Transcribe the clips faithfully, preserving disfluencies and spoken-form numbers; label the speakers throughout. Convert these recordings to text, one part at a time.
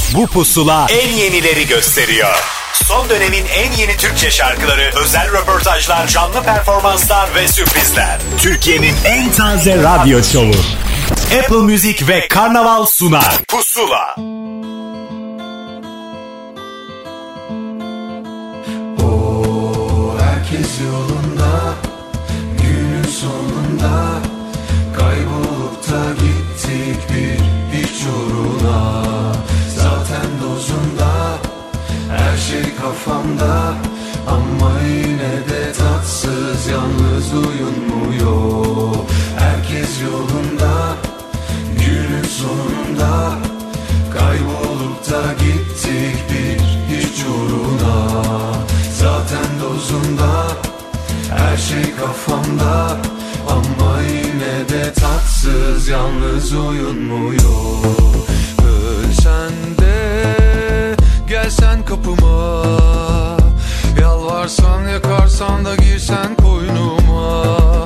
Speaker 1: Bu pusula en yenileri gösteriyor. Son dönemin en yeni Türkçe şarkıları, özel röportajlar, canlı performanslar ve sürprizler. Türkiye'nin en taze radyo şovu. Apple Music ve Karnaval sunar. Pusula.
Speaker 2: O herkes yolunda, günün sonunda kaybolup da gittik bir hiç uğruna. Zaten dozunda her şey kafamda, ama yine de tatsız, yalnız uyunmuyor. Herkes yolunda, günün sonunda kaybolup da gittik bir hiç uğruna. Zaten dozunda her şey kafamda, ama yine de tatsız, yalnız uyunmuyor. Ölsen de gelsen kapıma, yalvarsan yakarsan da girsen koynuma.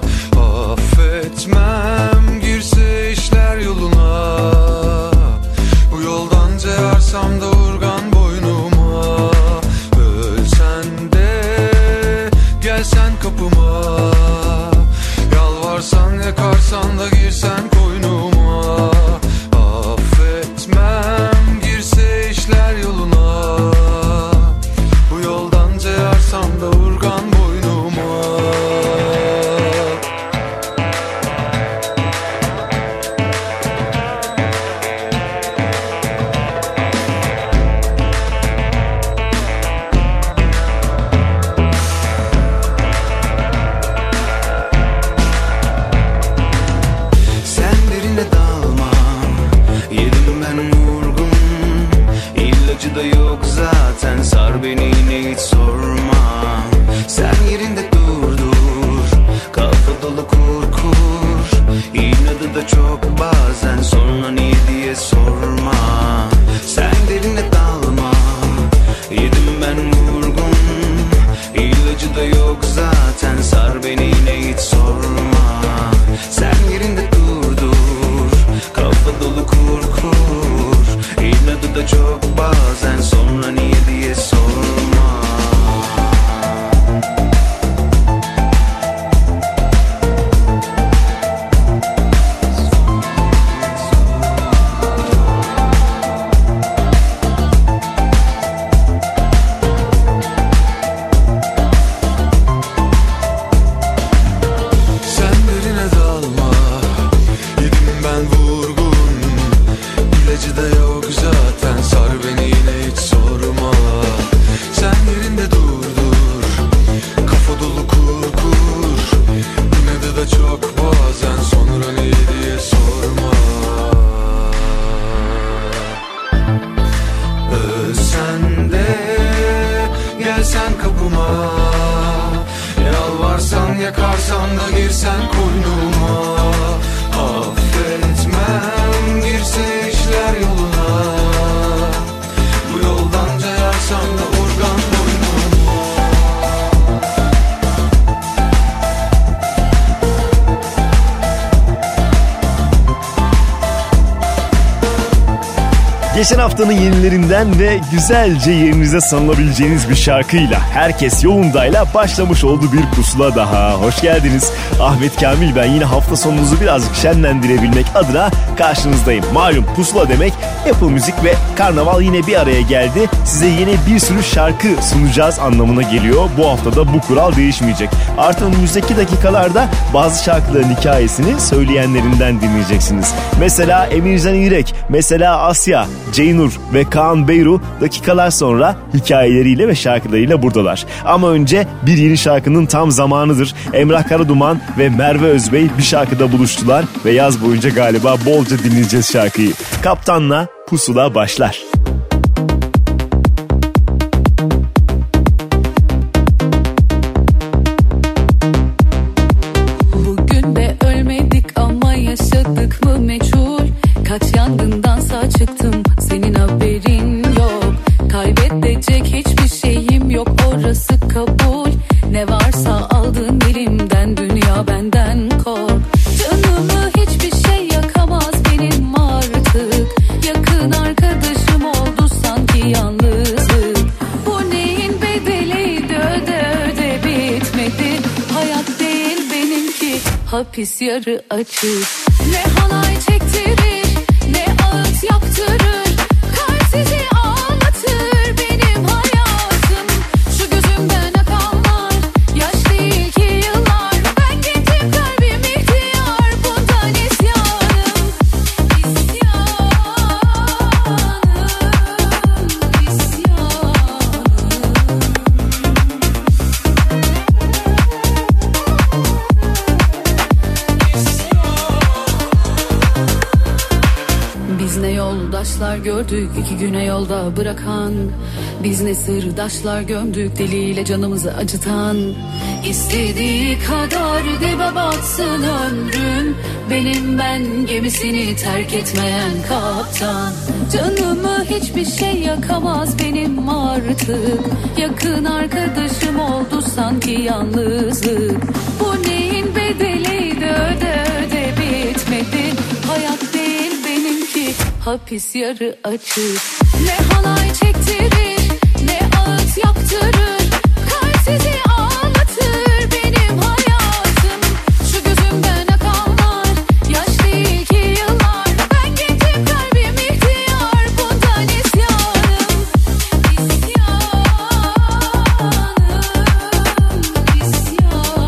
Speaker 2: Affetmem girse işler yoluna, bu yoldan ceyarsam da urgan boynuma. Ölsen de gelsen kapıma, yalvarsan yakarsan da girsen koynuma. Affetmem girse işler yoluna, bu yoldan ceyarsam da urgan boynuma. Sen derine dalma, yedim ben vurgun. İlacı da yok zaten, sar beni yine hiç sorma. Sen yerinde dur dur, kafa dolu kur kur. İnadı da çok bazen, sonra niye diye sorma. Sen derine dalma, yedim ben vurgun. İlacı da yok zaten, sar beni yine hiç sorma. Sen yerinde dur dur, kafa dolu kur kur. İnadı da çok bazen, sonra niye diye sorma. Sen derine dalma, yedim ben vurgun. İlacı da yok zaten, sar beni yine hiç sorma. Sen yerinde dur dur, kafa dolu kur kur. İnadı da çok bazen, sonra niye diye sorma. Ölsen de gelsen kapıma, yalvarsan yakarsan da girsen koynuma. Affetmem girse işler yoluna, bu yoldan ceyarsam da urgan boynuma.
Speaker 3: Geçen haftanın yenilerinden ve güzelce yerinize sanılabileceğiniz bir şarkıyla, herkes yolundayla başlamış oldu bir pusula daha. Hoş geldiniz. Ahmet Kamil ben, yine hafta sonunuzu birazcık şenlendirebilmek adına karşınızdayım. Malum pusula demek Apple Music ve Karnaval yine bir araya geldi. Size yine bir sürü şarkı sunacağız anlamına geliyor. Bu haftada bu kural değişmeyecek. Artık önümüzdeki dakikalarda bazı şarkıların hikayesini söyleyenlerinden dinleyeceksiniz. Mesela Emircan İrek, mesela Asya, Ceynur ve Kaan Beyru dakikalar sonra hikayeleriyle ve şarkılarıyla buradalar. Ama önce bir yeni şarkının tam zamanıdır. Emrah Karaduman ve Merve Özbey bir şarkıda buluştular ve yaz boyunca galiba bolca dinleyeceğiz şarkıyı. Kaptan'la Pusula başlar.
Speaker 4: Bugün de ölmedik ama yaşadık mı meçhul. Kaç yangından sağ çıktım, senin haberin yok. Kaybedecek hiçbir şeyim yok, orası kabul. Ne varsa aldın elimden, dünya benden kork. Canımı hiçbir şey yakamaz benim artık. Yakın arkadaşım hapis yarı açık. Ne halay çektirir, ne ağıt yaptırır, kalp sizi ağlatır benim hayatım. Şu gözümden akanlar yaş değil ki yıllar, ben gittim kalbim ihtiyar, bundan isyanım. Biz ne yoldaşlar gördük iki güne yolda bırakan, biz ne sırdaşlar gömdük deliyle canımızı acıtan. İstediği kadar dibe batsın ömrüm, benim ben gemisini terk etmeyen kaptan. Canımı hiçbir şey yakamaz benim artık, yakın arkadaşım oldu sanki yalnızlık. Bu neyin bedeliydi, öde öde bitmedi, hayat değil benimki hapis yarı açık. Ne halay çektirir, ne ağıt yaptırır, kalp sizi ağlatır benim hayatım. Şu gözümden akanlar yaş değil ki yıllar, ben gittim kalbim ihtiyar, bundan isyanım. İsyanım, isyanım.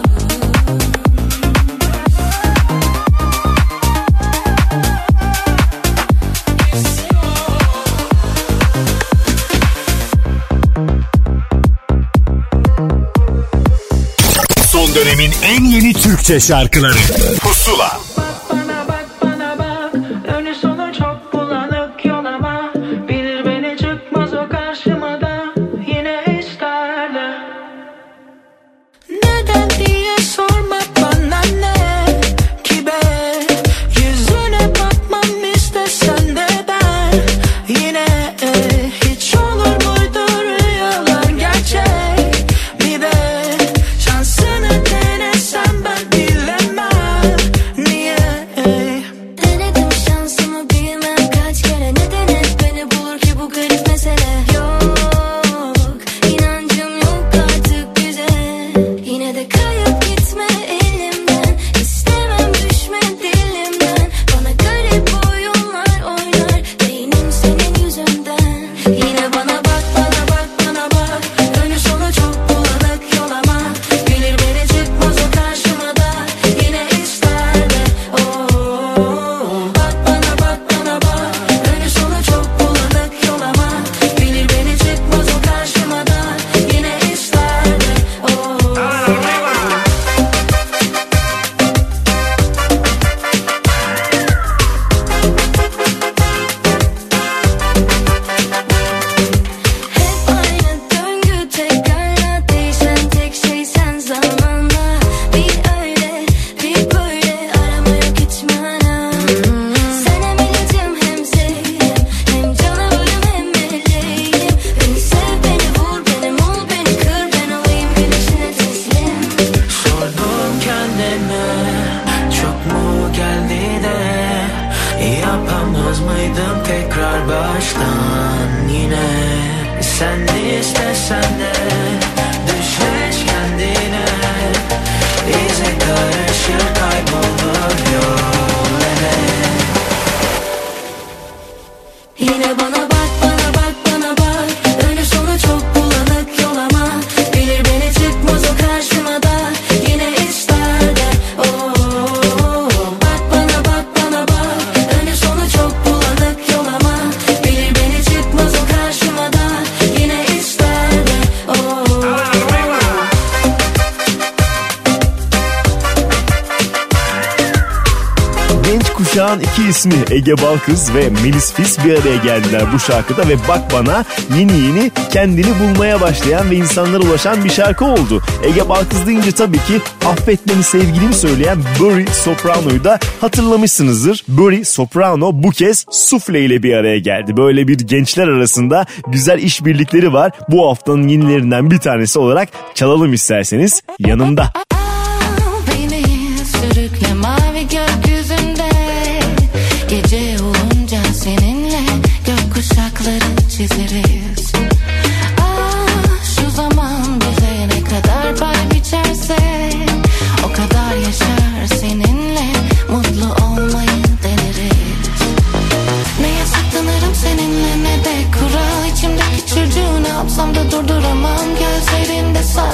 Speaker 1: Son dönemin en yeni Türkçe şarkıları Pusula.
Speaker 5: Bana bak bana bak, önü sonu çok bulanık yolama, bilir beni çıkmaz o karşıma da yine isterdi. Neden diye sorma bana, ne ki be, yüzüne bakmam istesen de ben yine eh, hiç olur muydu rüyalar gerçek bir de, şansını denesem ben bilemem niye.
Speaker 6: Denedim şansımı bilmem kaç kere, neden hep beni bulur ki bu garip mesele. Yok, inancım yok artık bize, yine de kayıp gitme elimden, istemem düşme dilimden, bana garip oyunlar oynar beynim senin yüzünden. Yine bana bak bana bak bana bak, önü sonu çok bulanık yolama, bilir beni çıkmaz o karşıma da yine ister de. Oo, bak bana bak bana bak, önü sonu çok bulanık yolama, bilir beni çıkmaz o karşıma da yine ister de. Oo. Hep aynı döngü tekrarla, değişen tek şey sen zamanla. Bir öyle bir böyle, arama yok hiç mana. Sen hem ilacım hem zehrim, hem canavarım hem meleğim. Beni sev beni vur benim ol beni kır, ben olayım güneşine teslim.
Speaker 5: Sordum kendime, çok mu geldi de yapamaz mıydım tekrar baştan yine. Sen de istesen de düşleş kendine, bize karışır kaybolur yol evet.
Speaker 6: Yine bana bak bana bak bana bak, önü sonu çok bulanık yolama, bilir beni çıkmaz o karşıma da yine ister de. Oo, bak bana bak bana bak, önü sonu çok bulanık yolama, bilir beni çıkmaz o karşıma da yine ister de. Oo.
Speaker 3: Genç kuşağın iki ismi Ege Balkız ve Melis Fis bir araya geldiler bu şarkıda ve bak bana yeni yeni kendini bulmaya başlayan ve insanlara ulaşan bir şarkı oldu. Ege Balkız deyince tabii ki affet beni sevgilim söyleyen Buri Soprano'yu da hatırlamışsınızdır. Buri Soprano bu kez Sufle ile bir araya geldi. Böyle bir gençler arasında güzel işbirlikleri var. Bu haftanın yenilerinden bir tanesi olarak çalalım isterseniz. Yanımda.
Speaker 6: Beni sürükle mavi gökyüzünde, gece olunca seninle gökkuşakları çizeriz. Ah, şu zaman bize ne kadar pay biçerse o kadar yaşar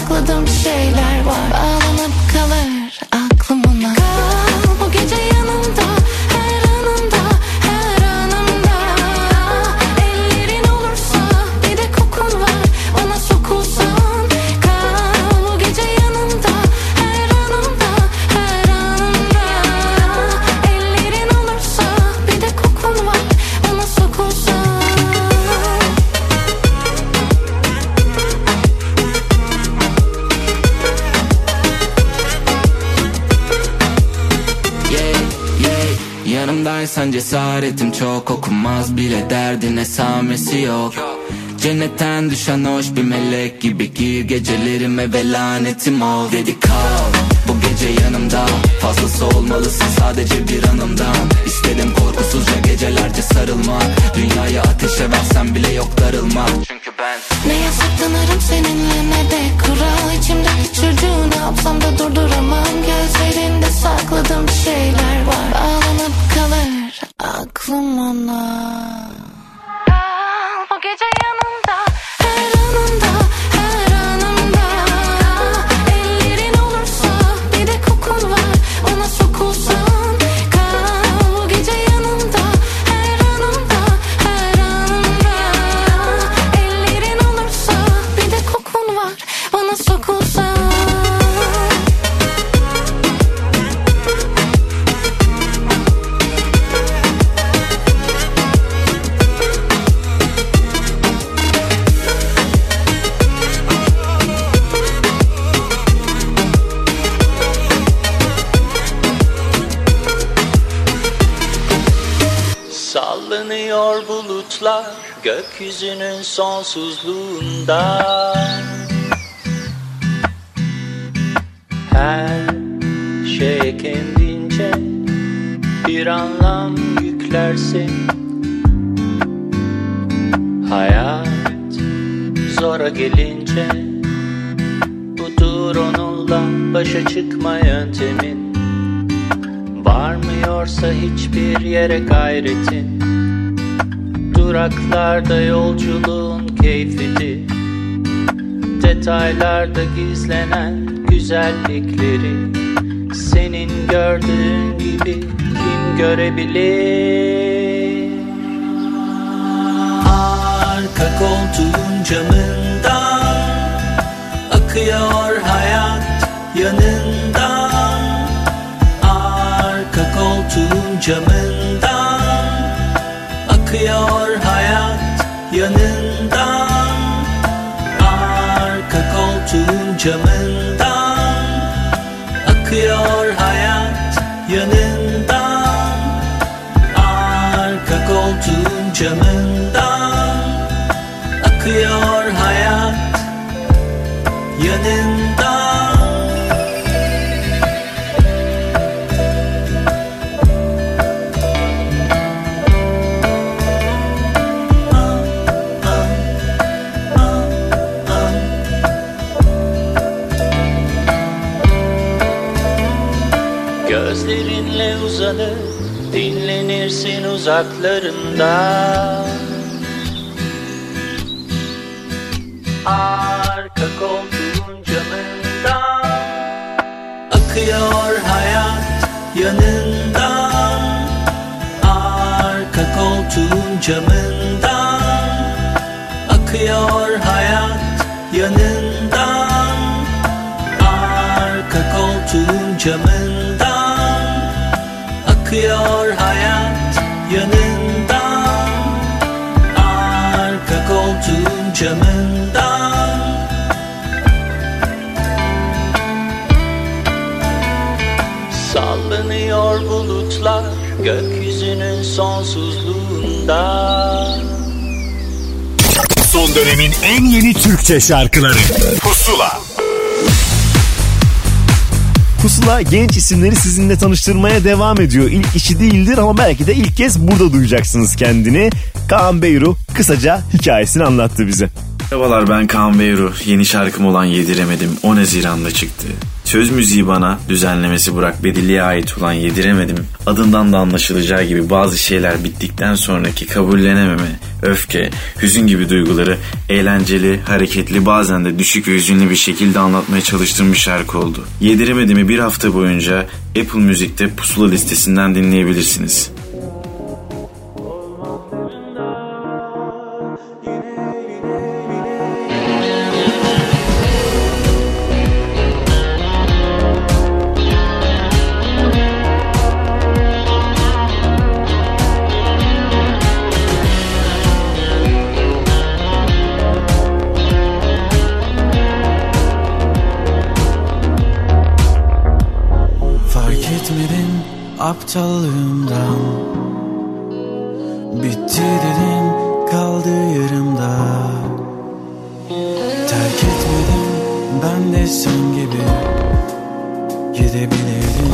Speaker 6: sakladığım şeyler var. Bağlanıp kalır aklım ona. Kal bu gece yanımda, her anımda, her anımda. Ellerin olursa bir de kokun var, bana sokulsan. Kal bu gece yanımda, her anımda, her anımda. Ellerin olursa bir de kokun var, bana sokulsan.
Speaker 7: Yanımdaysan cesaretim çok, okunmaz bile derdin esamesi yok. Cennetten düşen hoş bir melek gibi gir gecelerime ve lanetim ol. Dedi kal bu gece yanımda, fazlası olmalısın sadece bir anımdan. İstedim korkusuzca gecelerce sarılmak, dünyayı ateşe versem bile yok darılmak. Çünkü ben
Speaker 6: ne yasaklanırım seninle ne de kural. İçimdeki çocuğu ne yapsam da durduramam. Gözlerinde sakladığım şeyler var. Bağlanıp kalır aklım ona. Kal bu gece yanımda, her anımda, her anımda. Ellerin olursa bir de kokun var, ona sokulsan. Kal bu gece yanımda, her anımda, her anımda. Ellerin olursa bir de kokun var, bana sokulsan.
Speaker 8: Sallanıyor bulutlar gökyüzünün sonsuzluğunda. Her şeye kendince bir anlam yüklersin. Hayat zora gelince budur onunla başa çıkma yöntemin. Varmıyorsa hiçbir yere gayretin, duraklarda yolculuğun keyfidir. Detaylarda gizlenen güzellikleri senin gördüğün gibi kim görebilir? Arka koltuğun camından akıyor hayat yanından. Arka koltuğun camından akıyor hayat yanından. Arka koltuğun camından akıyor hayat yanından. Arka koltuğun camından akıyor hayat yanından. Gözlerinle uzanır, dinlenirsin uzaklarında. Arka koltuğun camından akıyor hayat yanından. Arka koltuğun camından akıyor hayat yanından. Arka koltuğun camından akıyor hayat yanından. Arka koltuğun camından. Sallanıyor bulutlar gökyüzünün sonsuzluğunda.
Speaker 1: Son dönemin en yeni Türkçe şarkıları Pusula.
Speaker 3: Pusula genç isimleri sizinle tanıştırmaya devam ediyor. İlk işi değildir ama belki de ilk kez burada duyacaksınız kendini. Kaan Beyru kısaca hikayesini anlattı bize.
Speaker 9: Merhabalar, ben Kaan Beyru. Yeni şarkım olan Yediremedim on Haziran'da çıktı. Söz müziği bana, düzenlemesi Burak Bedilli'ye ait olan Yediremedim, adından da anlaşılacağı gibi bazı şeyler bittikten sonraki kabullenememe, öfke, hüzün gibi duyguları eğlenceli, hareketli, bazen de düşük ve hüzünlü bir şekilde anlatmaya çalıştığım bir şarkı oldu. Yediremedim'i bir hafta boyunca Apple Music'te Pusula listesinden dinleyebilirsiniz.
Speaker 2: Aptallığımdan bitti dedin, kaldı yarımda. Terk etmedim, ben de sen gibi gidebilirdim.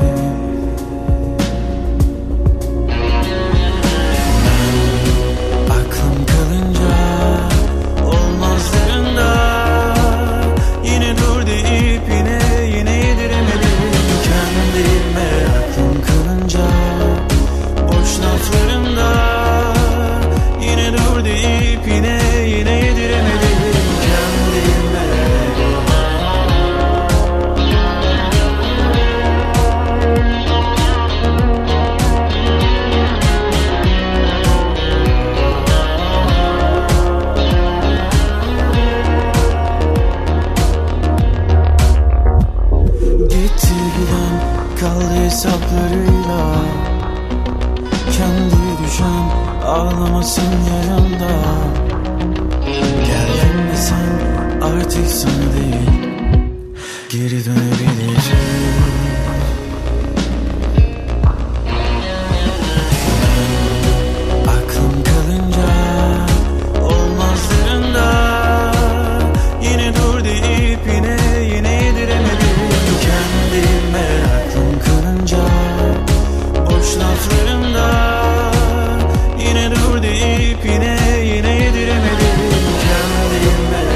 Speaker 2: Ben aklım kalınca olmazlarında yine dur deyip yine yine yediremedim kendime. Aklım kalınca boş laflarında yine dur deyip yine yine yediremedim kendime. Gitti giden kaldı hesaplarıyla, kendi düşen ağlamasın yanımda. Geldin mi sen artık sana değil, geri dönebileceğim. Ben aklım kalınca olmazlarında yine dur deyip yine yine yediremedim kendime. Aklım kalınca boş laflarında yine dur deyip yine yine yediremedim kendime.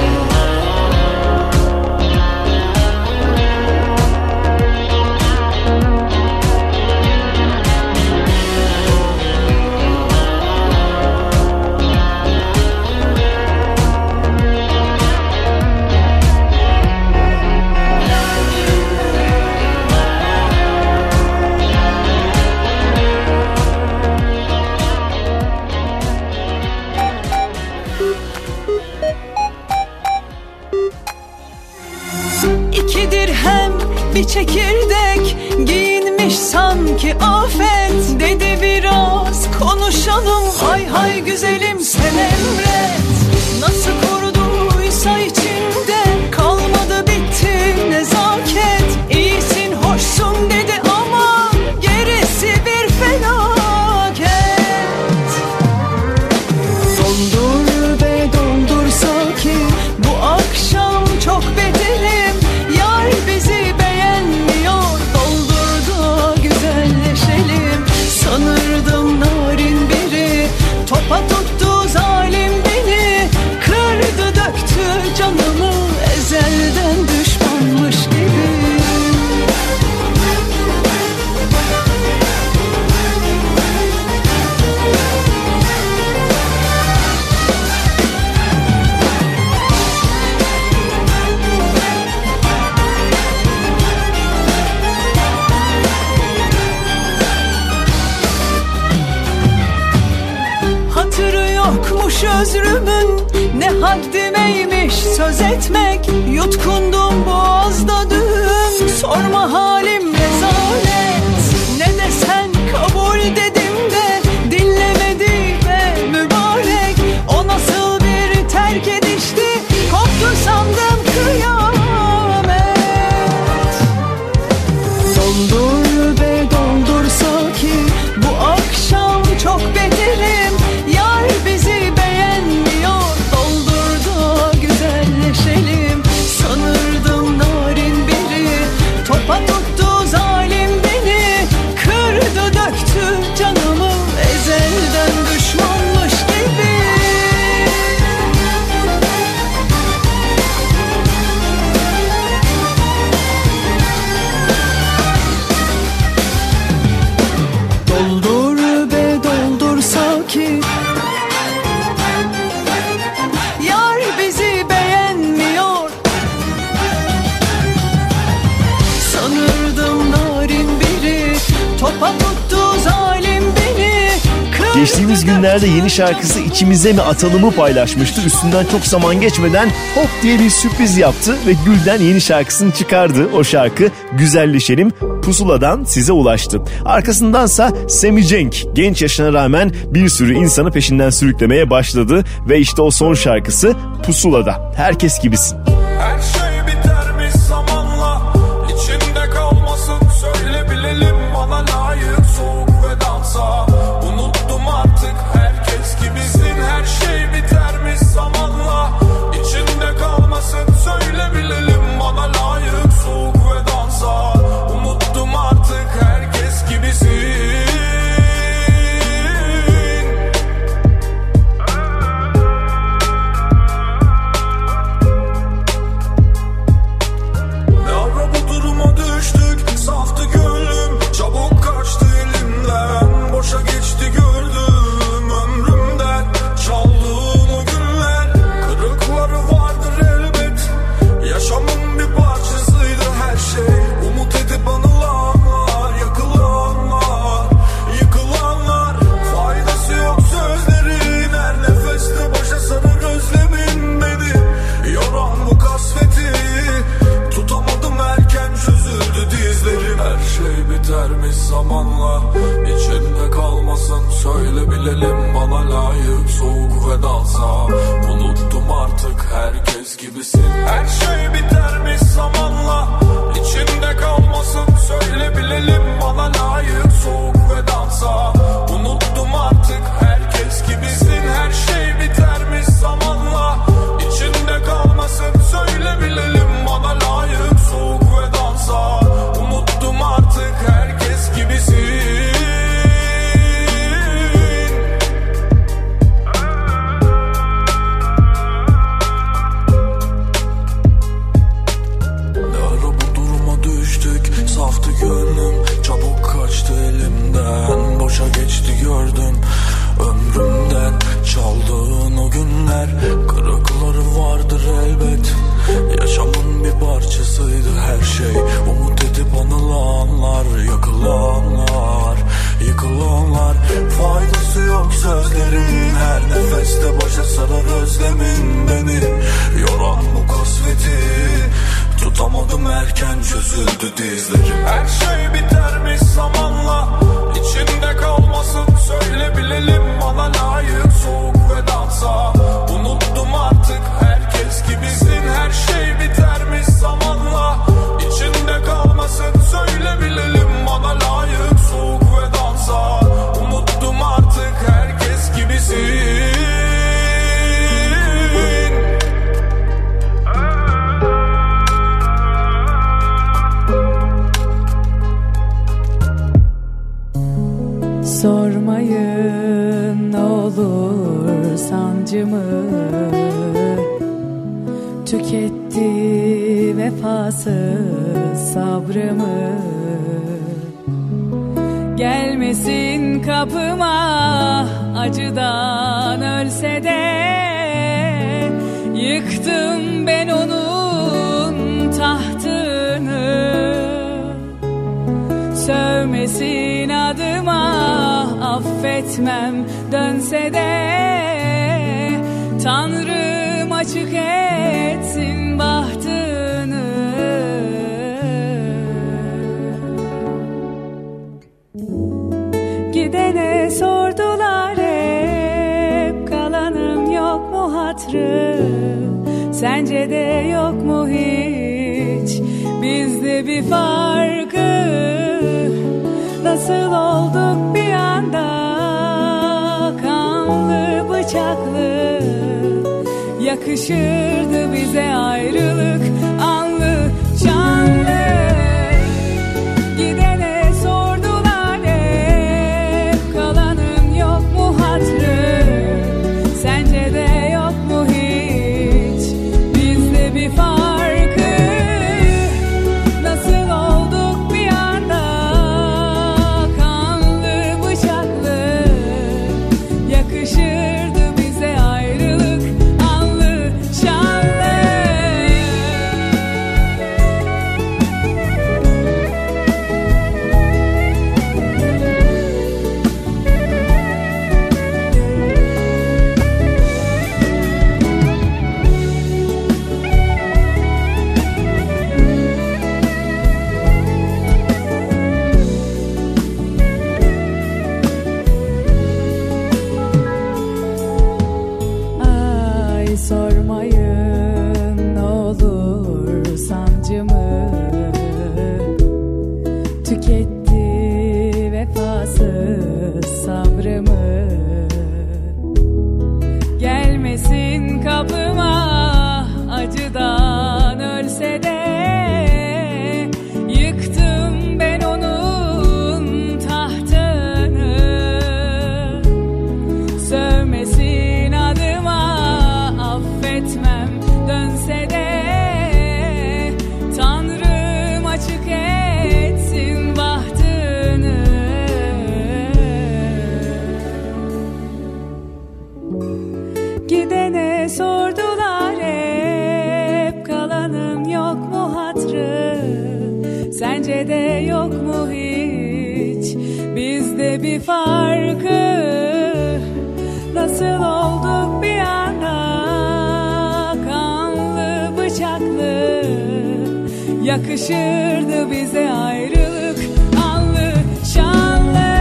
Speaker 10: İki dirhem bir çekirdek giyinmiş sanki afet. Dedi biraz konuşalım, hay hay güzelim sen emret. Nasıl kuruduysa içinde kalmadı bitti nezaket. İyisin hoşsun dedi ama gerisi bir felaket. Dondur be dondur sakin, bu akşam çok bedelim. Yar bizi beğenmiyor, doldur da güzelleşelim. Sanırdım narin biri, topa tuttu zalim beni. Kırdı döktü canımı, ezelden düşmanmış gibi. Hatırı yokmuş özrümün, ne haddimeymiş söz etmek. Yutkundum boğazda dün, sorma halim rezalet. Ne desen kabul dedim de dinlemedi be mübarek. O nasıl bir terk edişti, koptu sandım kıyamet. Dondur be dondur sakin, bu akşam çok bedelim. Yar bizi beğenmiyor, doldur da güzelleşelim. Sanırdım narin biri, topa tuttu zalim beni. Kırdı döktü canım,
Speaker 3: Geçtiğimiz günlerde yeni şarkısı İçimize mi Atalım'ı paylaşmıştı. Üstünden çok zaman geçmeden hop diye bir sürpriz yaptı ve Gül'den yeni şarkısını çıkardı. O şarkı Güzelleşelim Pusula'dan size ulaştı. Arkasındansa Sammy Cenk genç yaşına rağmen bir sürü insanı peşinden sürüklemeye başladı ve işte o son şarkısı Pusula'da. Herkes gibisin.
Speaker 11: Her şey bitermiş zamanla, içinde kalmasın söyle bilelim, bana layık soğuk ve dansa. Unuttum artık herkes gibisin. Her şey bitermiş zamanla, içinde kalmasın söyle bilelim, bana layık soğuk ve dansa. Unuttum artık herkes gibisin. Zamanla içinde kalmasın söyle bilelim, bana layık soğuk ve dansa. Unuttum artık herkes gibisin. Her şey bitermiş zamanla, içinde kalmasın söyle bilelim, bana layık soğuk ve dansa. Unuttum artık herkes gibisin. Her şey bitermiş zamanla, içinde kalmasın söyle bilelim, bana layık soğuk ve dansa. Unuttum artık herkes gibisin. Ne ara bu duruma düştük, saftı gönlüm, çabuk kaçtı elimden. Boşa geçti gördüm ömrümden, çaldığın o günler. Kırıkları vardır elbet, yaşamın bir parçasıydı her şey. Umut edip anılanlar, yakılanlar, yıkılanlar. Faydası yok sözlerin, her nefeste başa sarar özlemin beni. Yoran bu kasveti, tutamadım erken çözüldü dizlerim. Her şey bitermiş zamanla, içinde kalmasın söyle bilelim, bana layık soğuk ve dansa. Unuttum artık herkes gibisin. Her şey bitermiş zamanla, içinde kalmasın söyle bilelim, bana layık soğuk ve dansa. Unuttum artık herkes gibisin.
Speaker 4: Sormayın ne olur sancımı, tüketti vefasız sabrımı. Gelmesin kapıma acıdan ölse de, yıktım ben onun tahtını. Sövmesin adıma, affetmem dönse de, Tanrım açık etsin bahtını. Gidene sordular hep, kalanın yok mu hatrı? Sence de yok mu hiç bizde bir farkı? Nasıl olduk bir anda kanlı bıçaklı? Yakışırdı bize ayrılık anlı canlı. Gidene sordular hep, kalanın yok mu hatrı? Sence de yok mu hiç bizde bir farkı? Nasıl olduk bir anda kanlı bıçaklı? Yakışırdı bize ayrılık anlı şanlı. Gidene sordular hep, kalanın yok mu hatrı? Sence de yok mu hiç bizde bir farkı? Nasıl olduk bir anda kanlı bıçaklı? Yakışırdı bize ayrılık anlı şanlı.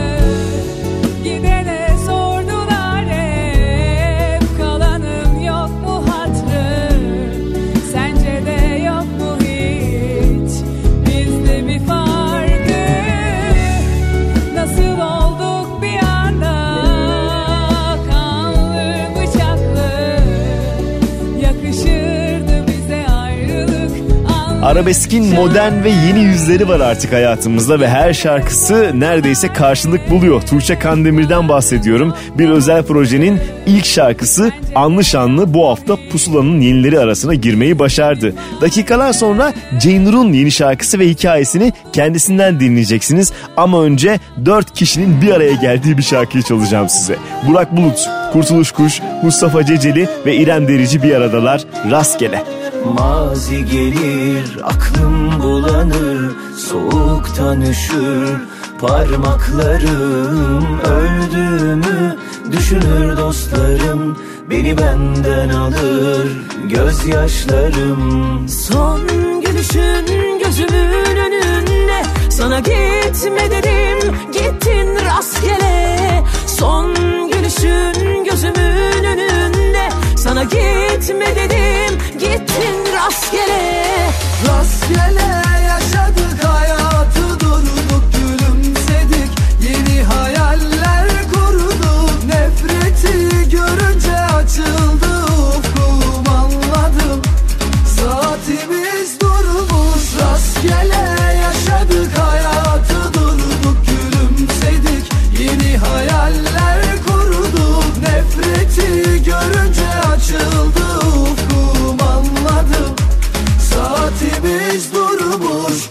Speaker 4: Gidene sordular hep, kalanın yok mu hatrı? Sence de yok mu hiç bizde bir farkı? Nasıl olduk bir anda kanlı bıçaklı? Yakışırdı bize ayrılık.
Speaker 3: Arabeskin modern ve yeni yüzleri var artık hayatımızda ve her şarkısı neredeyse karşılık buluyor. Tuğçe Kandemir'den bahsediyorum. Bir özel projenin ilk şarkısı Anlı Şanlı bu hafta Pusula'nın yenileri arasına girmeyi başardı. Dakikalar sonra Ceynur'un yeni şarkısı ve hikayesini kendisinden dinleyeceksiniz. Ama önce dört kişinin bir araya geldiği bir şarkıyı çalacağım size. Burak Bulut, Kurtuluş Kuş, Mustafa Ceceli ve İrem Derici bir aradalar. Rastgele.
Speaker 2: Mazi gelir, aklım bulanır, soğuktan üşür parmaklarım. Öldüğümü düşünür dostlarım, beni benden alır gözyaşlarım.
Speaker 10: Son gülüşün gözümün önünde, sana gitme dedim, gittin rastgele. Son gülüşün gözümün önünde, sana gitme dedim, gittin rastgele.
Speaker 12: Rastgele yaşadık hayatı, durduk gülümsedik, yeni hayaller kurduk. Nefreti görünce açıldı ufkum, anladım saatimiz durmuş. Rastgele yaşadık hayatı, durduk gülümsedik, yeni hayaller kurduk. Nefreti görünce açıldı ufkum, anladım saatimiz durmuş.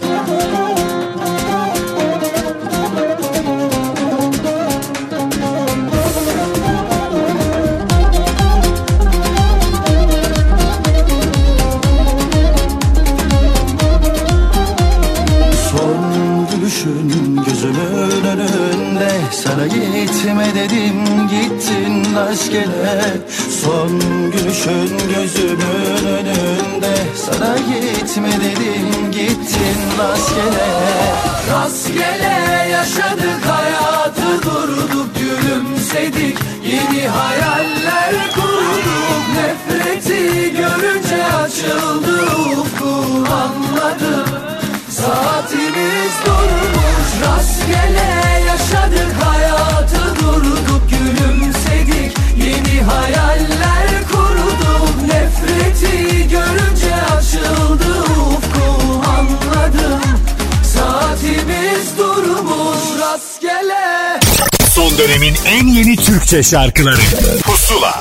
Speaker 2: Son gülüşün gözümün önünde, sana gitme dedim, gittin rastgele. Son gülüşün gözümün önünde, sana gitme dedim, gittin rastgele.
Speaker 12: Rastgele yaşadık hayatı, durduk gülümsedik, yeni hayaller kurduk. Nefreti görünce açıldı ufkum, anladım saatimiz durmuş. Rastgele yaşadık hayatı, durduk gülümsedik, yeni hayaller kurduk. Nefreti görünce açıldı ufkum, anladım saatimiz durmuş. Rastgele.
Speaker 1: Son dönemin en yeni Türkçe şarkıları Pusula.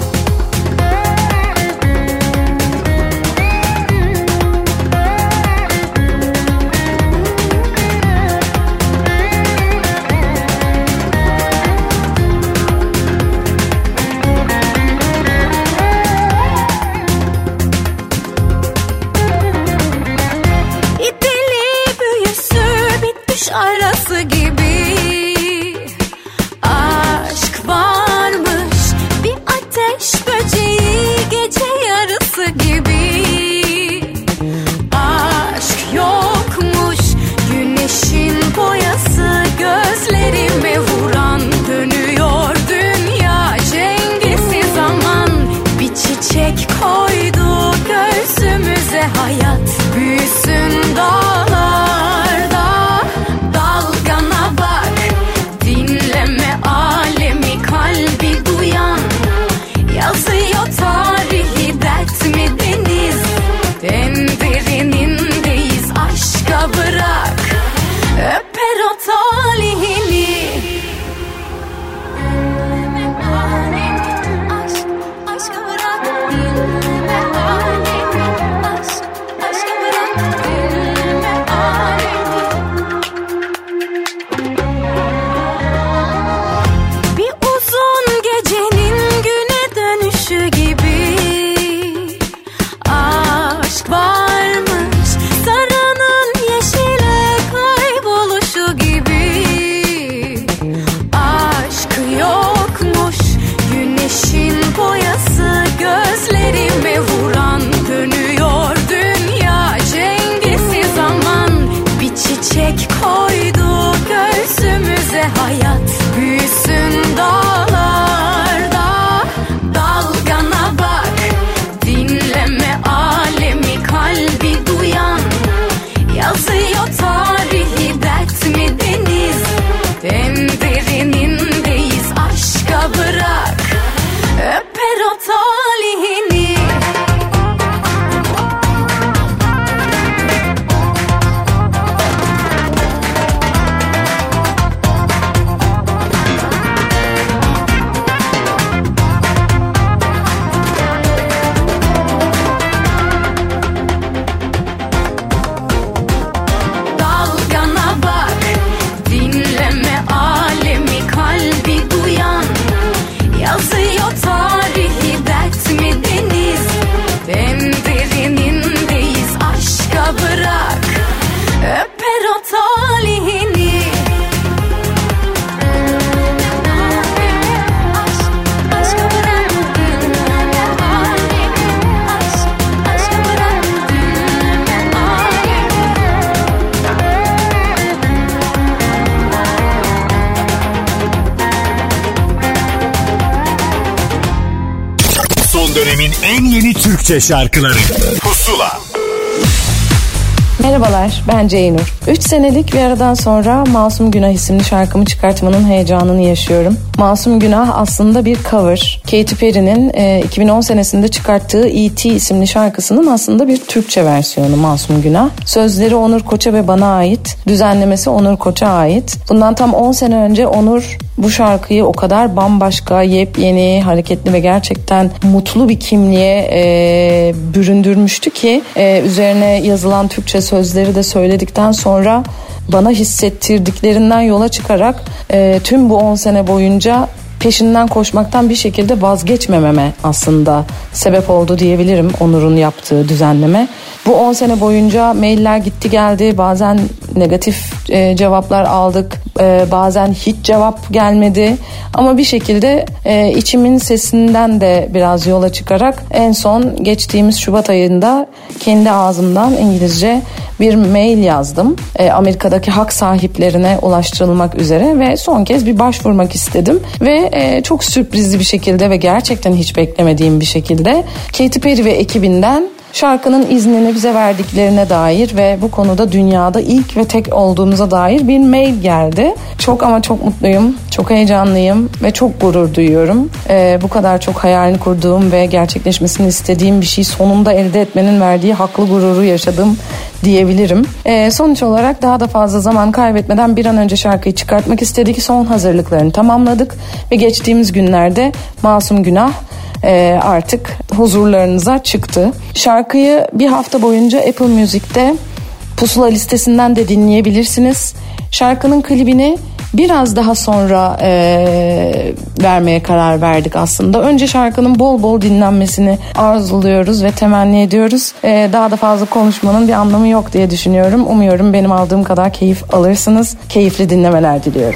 Speaker 6: Arası gibi aşk varmış, bir ateş böceği gece yarısı gibi. Aşk yokmuş, güneşin boyası gözlerime vuran. Dönüyor dünya cengesi zaman, bir çiçek koydu göğsümüze hayat. Büyüsün dağlarda, dalgana bak, dinleme alemi, kalbi duyan. Yaz
Speaker 1: Son dönemin en yeni Türkçe şarkıları Pusula.
Speaker 13: Merhabalar, ben Ceynur. üç senelik bir aradan sonra Masum Günah isimli şarkımı çıkartmanın heyecanını yaşıyorum. Masum Günah aslında bir cover. Katy Perry'nin e, iki bin on senesinde çıkarttığı E T isimli şarkısının aslında bir Türkçe versiyonu Masum Günah. Sözleri Onur Koç'a ve bana ait, düzenlemesi Onur Koç'a ait. Bundan tam on sene önce Onur bu şarkıyı o kadar bambaşka, yepyeni, hareketli ve gerçekten mutlu bir kimliğe e, büründürmüştü ki e, üzerine yazılan Türkçe sözleri de söyledikten sonra bana hissettirdiklerinden yola çıkarak e, tüm bu on sene boyunca peşinden koşmaktan bir şekilde vazgeçmememe aslında sebep oldu diyebilirim Onur'un yaptığı düzenleme. Bu on sene boyunca mailler gitti geldi, bazen negatif e, cevaplar aldık, e, bazen hiç cevap gelmedi ama bir şekilde e, içimin sesinden de biraz yola çıkarak en son geçtiğimiz Şubat ayında kendi ağzımdan İngilizce bir mail yazdım. E, Amerika'daki hak sahiplerine ulaştırılmak üzere ve son kez bir başvurmak istedim ve e, çok sürprizli bir şekilde ve gerçekten hiç beklemediğim bir şekilde Katy Perry ve ekibinden şarkının iznini bize verdiklerine dair ve bu konuda dünyada ilk ve tek olduğumuza dair bir mail geldi. Çok ama çok mutluyum, çok heyecanlıyım ve çok gurur duyuyorum. Ee, bu kadar çok hayalini kurduğum ve gerçekleşmesini istediğim bir şey sonunda elde etmenin verdiği haklı gururu yaşadım diyebilirim. Ee, sonuç olarak daha da fazla zaman kaybetmeden bir an önce şarkıyı çıkartmak istedik. Son hazırlıklarını tamamladık ve geçtiğimiz günlerde Masum Günah e, artık huzurlarınıza çıktı. Şarkıyı bir hafta boyunca Apple Music'te Pusula listesinden de dinleyebilirsiniz. Şarkının klibini biraz daha sonra e, vermeye karar verdik aslında. Önce şarkının bol bol dinlenmesini arzuluyoruz ve temenni ediyoruz. E, daha da fazla konuşmanın bir anlamı yok diye düşünüyorum. Umuyorum benim aldığım kadar keyif alırsınız. Keyifli dinlemeler diliyorum.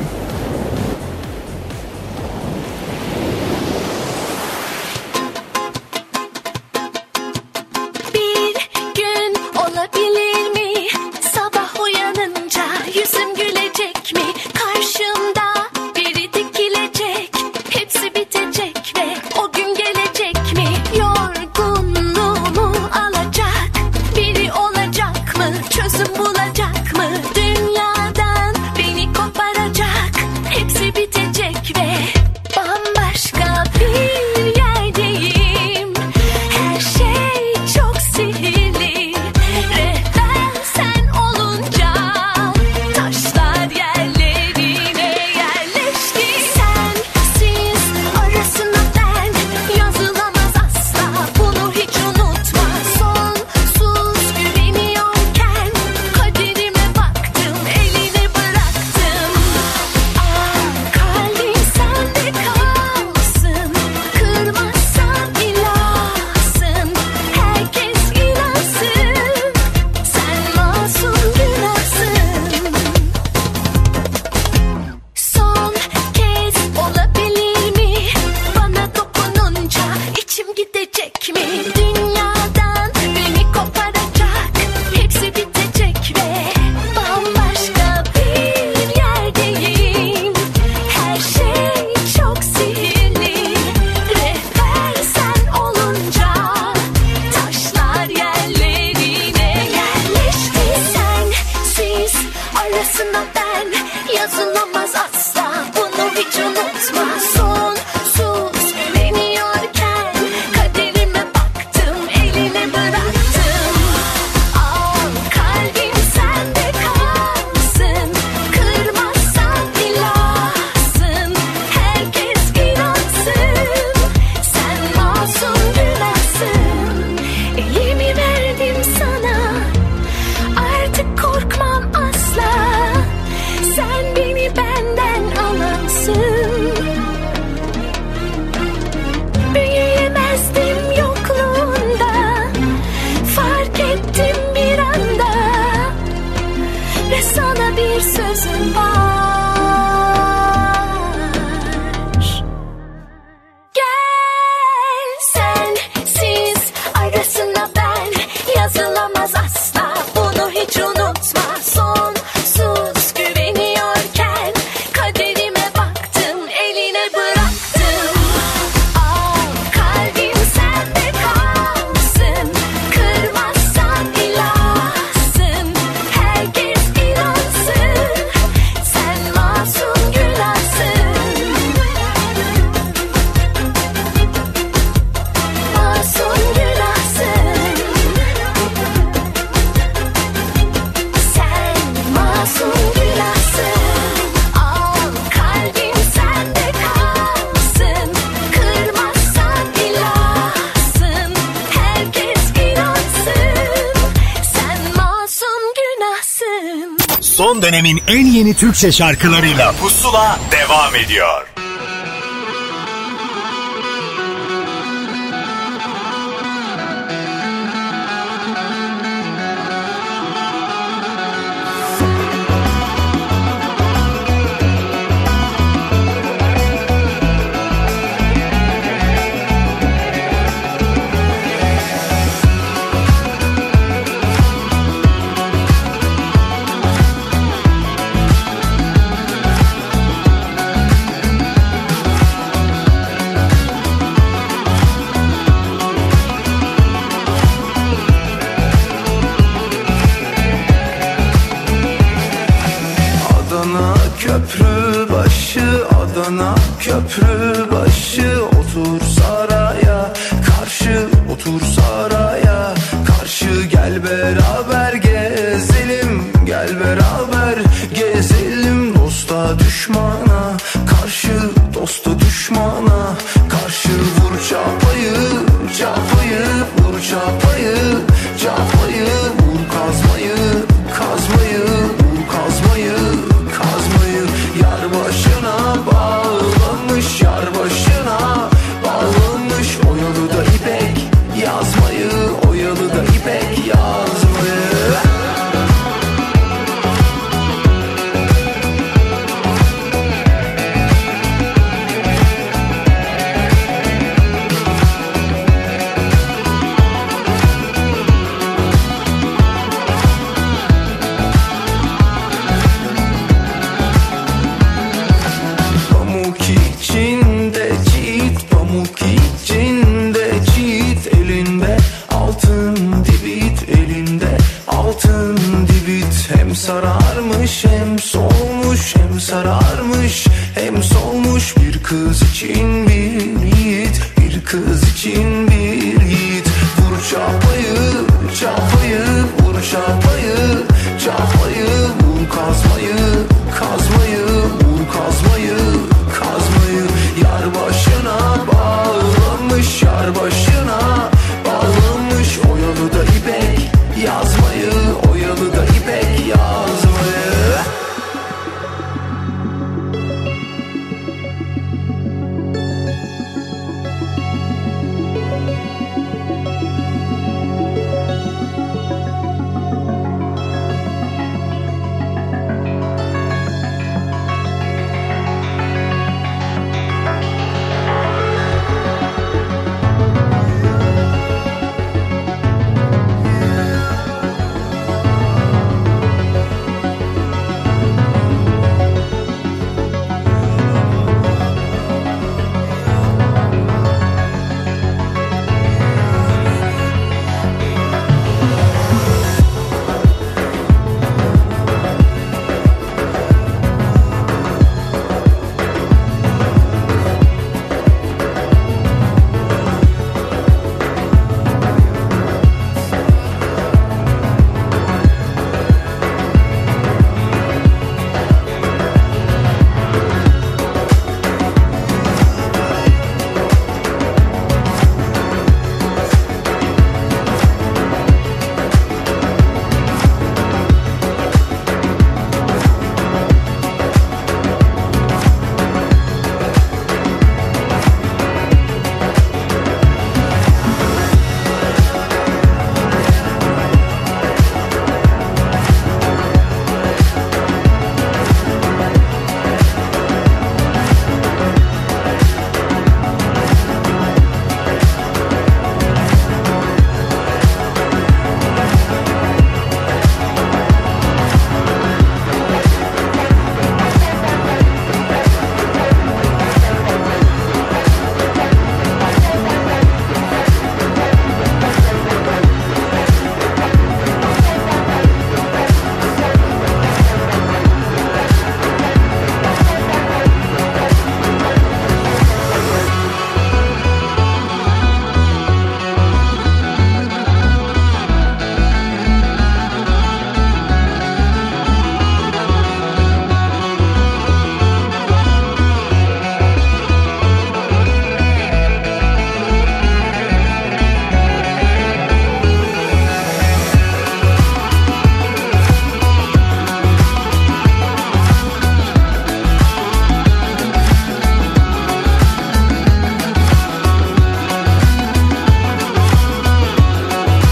Speaker 1: Son dönemin en yeni Türkçe şarkılarıyla Pusula devam ediyor.
Speaker 2: Köprü başı, Adana köprü başı, otur saraya karşı, otur saraya karşı, gel beraber gezelim, gel beraber gezelim, dosta düşmana karşı, dosta düşmana karşı, vur çapayı, çapayı, vur çapayı, çapayı, vur kazmayı, kazmayı, vur kazmayı, kazmayı. Yar başına bağlanmış, yar başına bağlanmış, oyalı da ipek yazmayı, oyalı da ipek yazmayı. Sararmış hem solmuş, hem sararmış hem solmuş, bir kız için bir yiğit, bir kız için bir yiğit. Vur çapayı, çapayı, vur çapayı, çapayı, vur kazmayı, kazmayı, vur kazmayı, kazmayı. Yar başına bağlanmış, yar başına bağlanmış, oyalı da ipek yazmayı, oyalı da ipek yazmayı.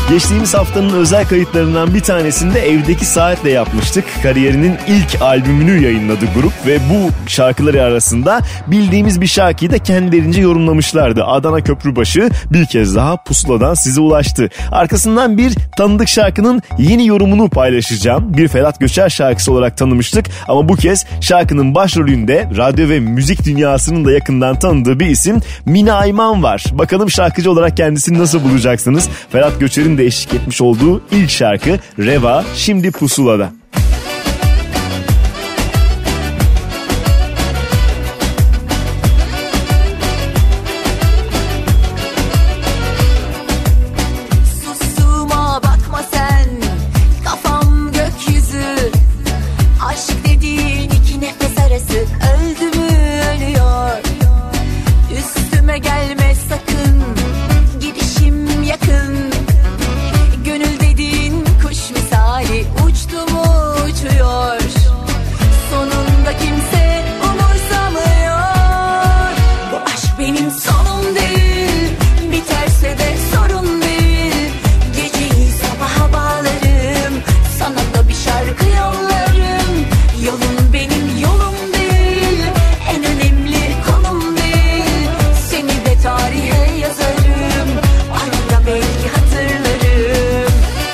Speaker 3: Geçtiğimiz haftanın özel kayıtlarından bir tanesini de evdeki saatle yapmıştık. Kariyerinin ilk albümünü yayınladı grup ve bu şarkıları arasında bildiğimiz bir şarkıyı da kendilerince yorumlamışlardı. Adana Köprübaşı bir kez daha pusuladan size ulaştı. Arkasından bir tanıdık şarkının yeni yorumunu paylaşacağım. Bir Ferhat Göçer şarkısı olarak tanımıştık ama bu kez şarkının başrolünde radyo ve müzik dünyasının da yakından tanıdığı bir isim Mina Ayman var. Bakalım şarkıcı olarak kendisini nasıl bulacaksınız? Ferhat Göçer'in de eşlik etmiş olduğu ilk şarkı Reva şimdi pusulada.
Speaker 14: Susuma bakma sen, kafam gökyüzü. Aşk dediğin iki nefes arası, öldü mü ölüyor. Üstüme gelme sakın, gidişim yakın. Gönül dediğin kuş misali, uçtu mu uçuyor. Sonunda kimse umursamıyor. Bu aşk benim sonum değil, biterse de sorun değil. Geceyi sabaha bağlarım, sana da bir şarkı yollarım. Yolun benim yolum değil, en önemli konum değil. Seni de tarihe yazarım, arada belki hatırlarım.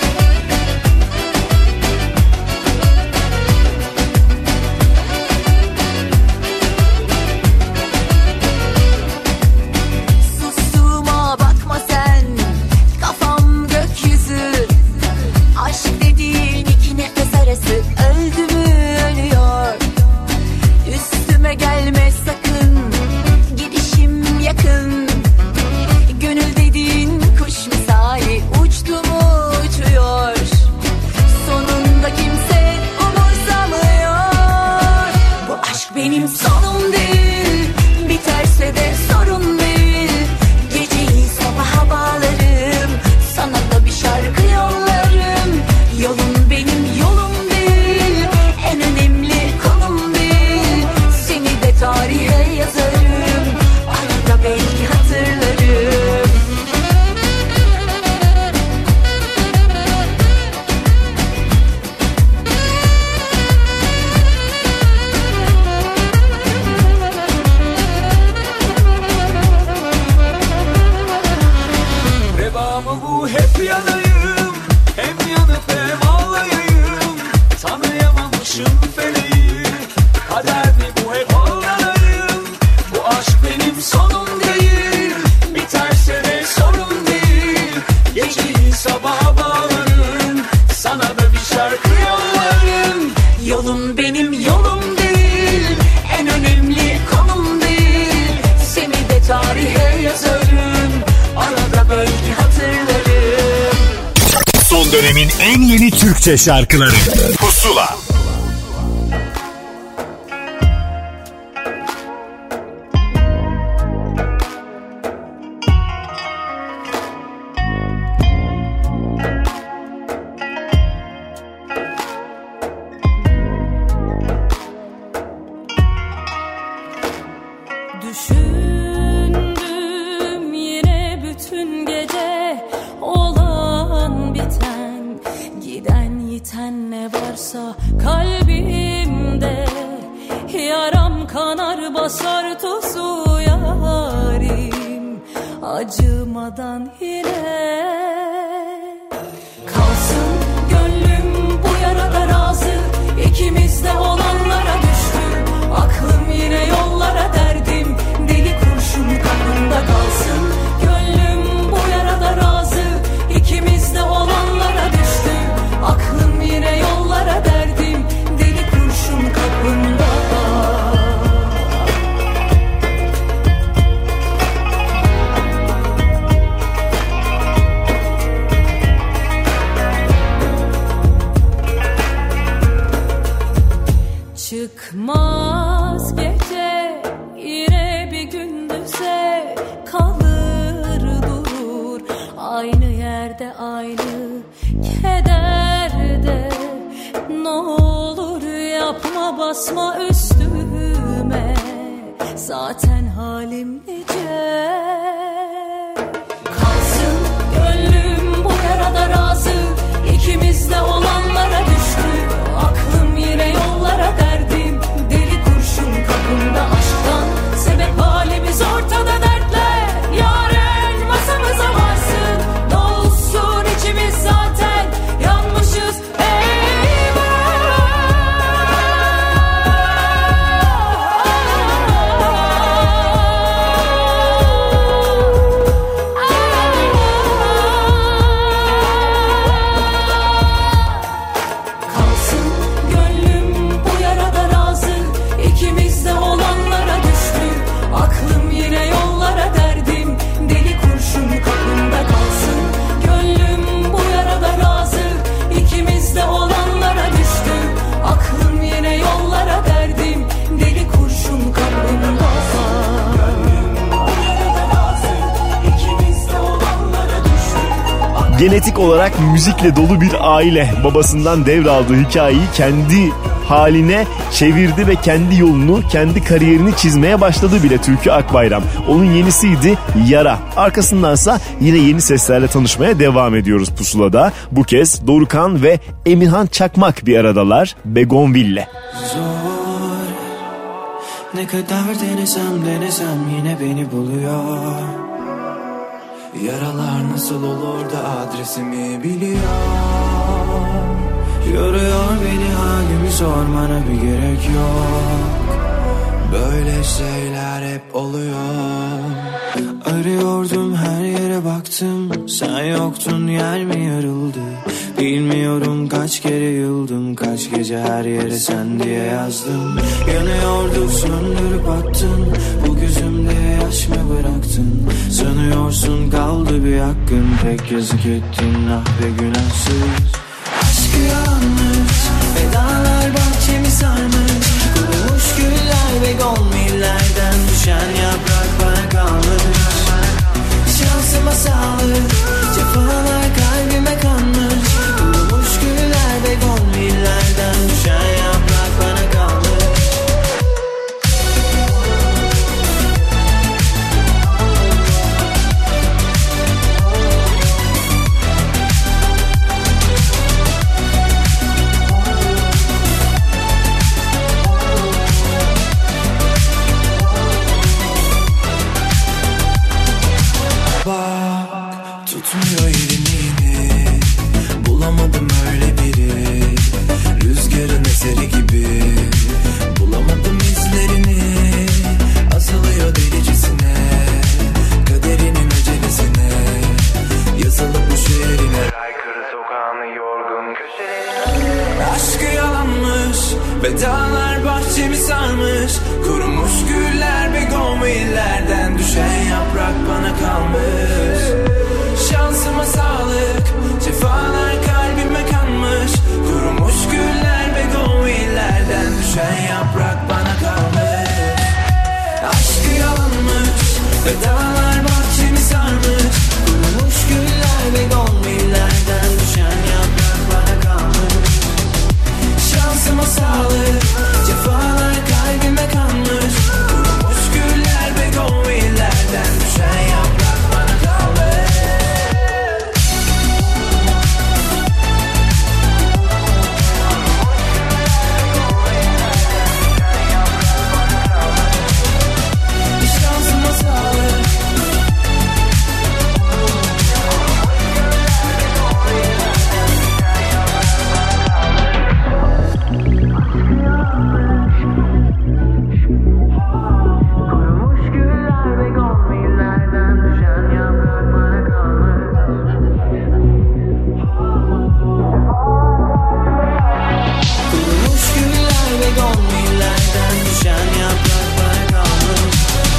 Speaker 14: Susuma bakma sen, kafam gökyüzü. Aşk dediğin iki nefes arası, öldü mü ölüyor. Üstüme gelme sakın, gidişim yakın. Gönül dediğin kuş misali, uçtu mu uçuyor. Sonunda kimse umursamıyor. Bu aşk benim sonum değil, biterse de sorun değil. Geceyi sabaha bağlarım, sana da bir şarkı yollarım. Yolun benim yolum değil, en önemli konum değil. Seni de tarihe yazarım, arada belki hatırlarım.
Speaker 12: Revamı bu hep yanayım, hem yanıp hem ağlayayım. Tanıyamamışım feleği, kader mi bu hep ağlarayım. Bu aşk benim sonum değil, biterse de sorun değil. Geceyi sabaha bağlarım, sana da bir şarkı yollarım.
Speaker 14: Yolun benim yolum değil, en önemli konum değil. Seni de tarihe yazarım, arada belki hatırlarım.
Speaker 1: Son dönemin en yeni Türkçe şarkıları Pusula.
Speaker 4: Düşündüm yine bütün gece, olan biten, giden yiten ne varsa kalbimde. Yaram kanar basar tozu yarim, acımadan yine. Kalsın gönlüm bu yarada razı, ikimizde olanlara düştüm. Aklım yine yollara, derdim deli kurşun kapında kalsın. Gönlüm bu yarada razı, ikimizde olanlara düştüm. Aklım yine yollara, derdim deli kurşun kapında. Çıkmaz gece yine bir gündüze, kalır durur aynı yerde aynı kederde. Ne olur yapma, basma üstüme, zaten halim nice. Kalsın gönlüm bu yarada
Speaker 3: Genetik olarak müzikle dolu bir aile. Babasından devraldığı hikayeyi kendi haline çevirdi ve kendi yolunu, kendi kariyerini çizmeye başladı bile Türkü Akbayram. Onun yenisiydi Yara. Arkasındansa yine yeni seslerle tanışmaya devam ediyoruz Pusula'da. Bu kez Dorukhan ve Emirhan Çakmak bir aradalar Begonville.
Speaker 2: Zor, ne kadar denesem denesem yine beni buluyor. Yaralar nasıl olur da adresimi biliyor. Yoruyor beni halimi sormana bir gerek yok. Böyle şeyler hep oluyor. Arıyordum her yere baktım, sen yoktun yer mi yarıldı? Bilmiyorum kaç kere yıldım, kaç gece her yere sen diye yazdım. Yanıyorduk söndürüp attın, bu gözümde yaş mı bıraktın? Sanıyorsun kaldı bir hakkın, pek yazık ettin ah be günahsız. Aşkı yanmış, vedalar bahçemi sarmış. Kurumuş güller ve gomillerden düşen yaprak bana kalmış. Şansıma sağlık, cefalar kalbime kanmış. Kurumuş güller ve gomillerden düşen yaprak bana kalmış. Tutmuyor elini, bulamadım öyle biri. Rüzgarın eseri gibi, bulamadım izlerini. Azalıyor delicesine, kaderinin acelesine. Yazılı bu şehrine, aykırı sokağını yorgun köşelerine. Aşkı yalanmış, vedalar bahçemi sarmış. Kurumuş güller begonvillerden düşen yaprak bana kalmış. Şansıma sağlık, cefalar kalbime kanmış. Kurumuş güller begonvillerden düşen yaprak bana kalmış. Aşkı yalanmış, vedalar bahçemi sarmış. Kurumuş güller begonvillerden düşen yaprak bana kalmış. Şansıma sağlık, cefalar kalbime kanmış. Kurumuş güller begonvillerden düşen yaprak bana kalmış. Şansıma sağlık. Kurumuş güller ve gomillerden düşen yaprak bana kalmış. Kurumuş güller ve gomillerden düşen yaprak bana kalmış.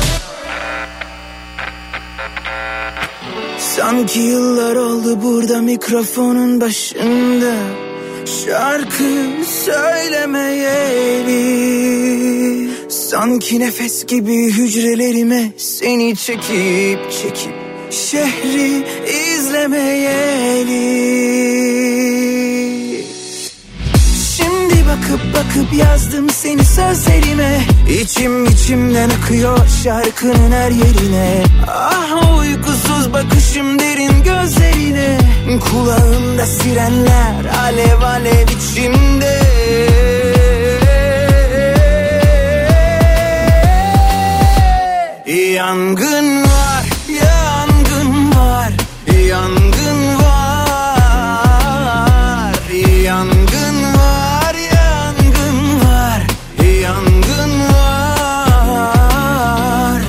Speaker 2: Sanki yıllar oldu burada mikrofonun başında, şarkı söylemeyeli. Sanki nefes gibi hücrelerime seni çekip çekip şehri izlemeyeli. Şimdi bakıp bakıp yazdım seni sözlerime. İçim içimden akıyor şarkının her yerine. Ah uykusuz bakışım derin gözlerine. Kulağımda sirenler alev alev içimde. Yangın var, yangın var, yangın var, yangın var, yangın var, yangın var.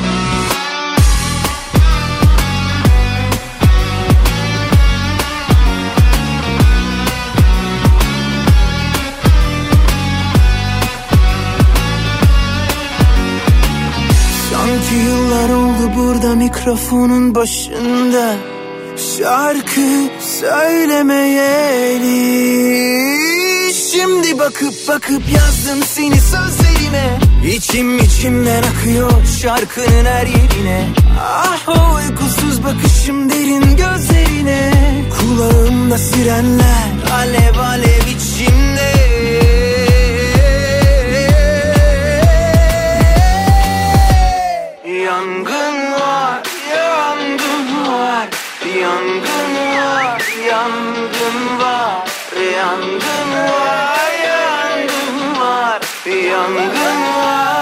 Speaker 2: Sanki yıllar oldu burada mikrofonun başında, şarkı söylemeyeli. Şimdi bakıp bakıp yazdım seni sözlerime. İçim içimden akıyor şarkının her yerine. Ah o uykusuz bakışım derin gözlerine. Etrafımda sirenler alev alev içimde. Yangın var, yangın var, yangın var, yangın var, yangın var, yangın var, yangın var.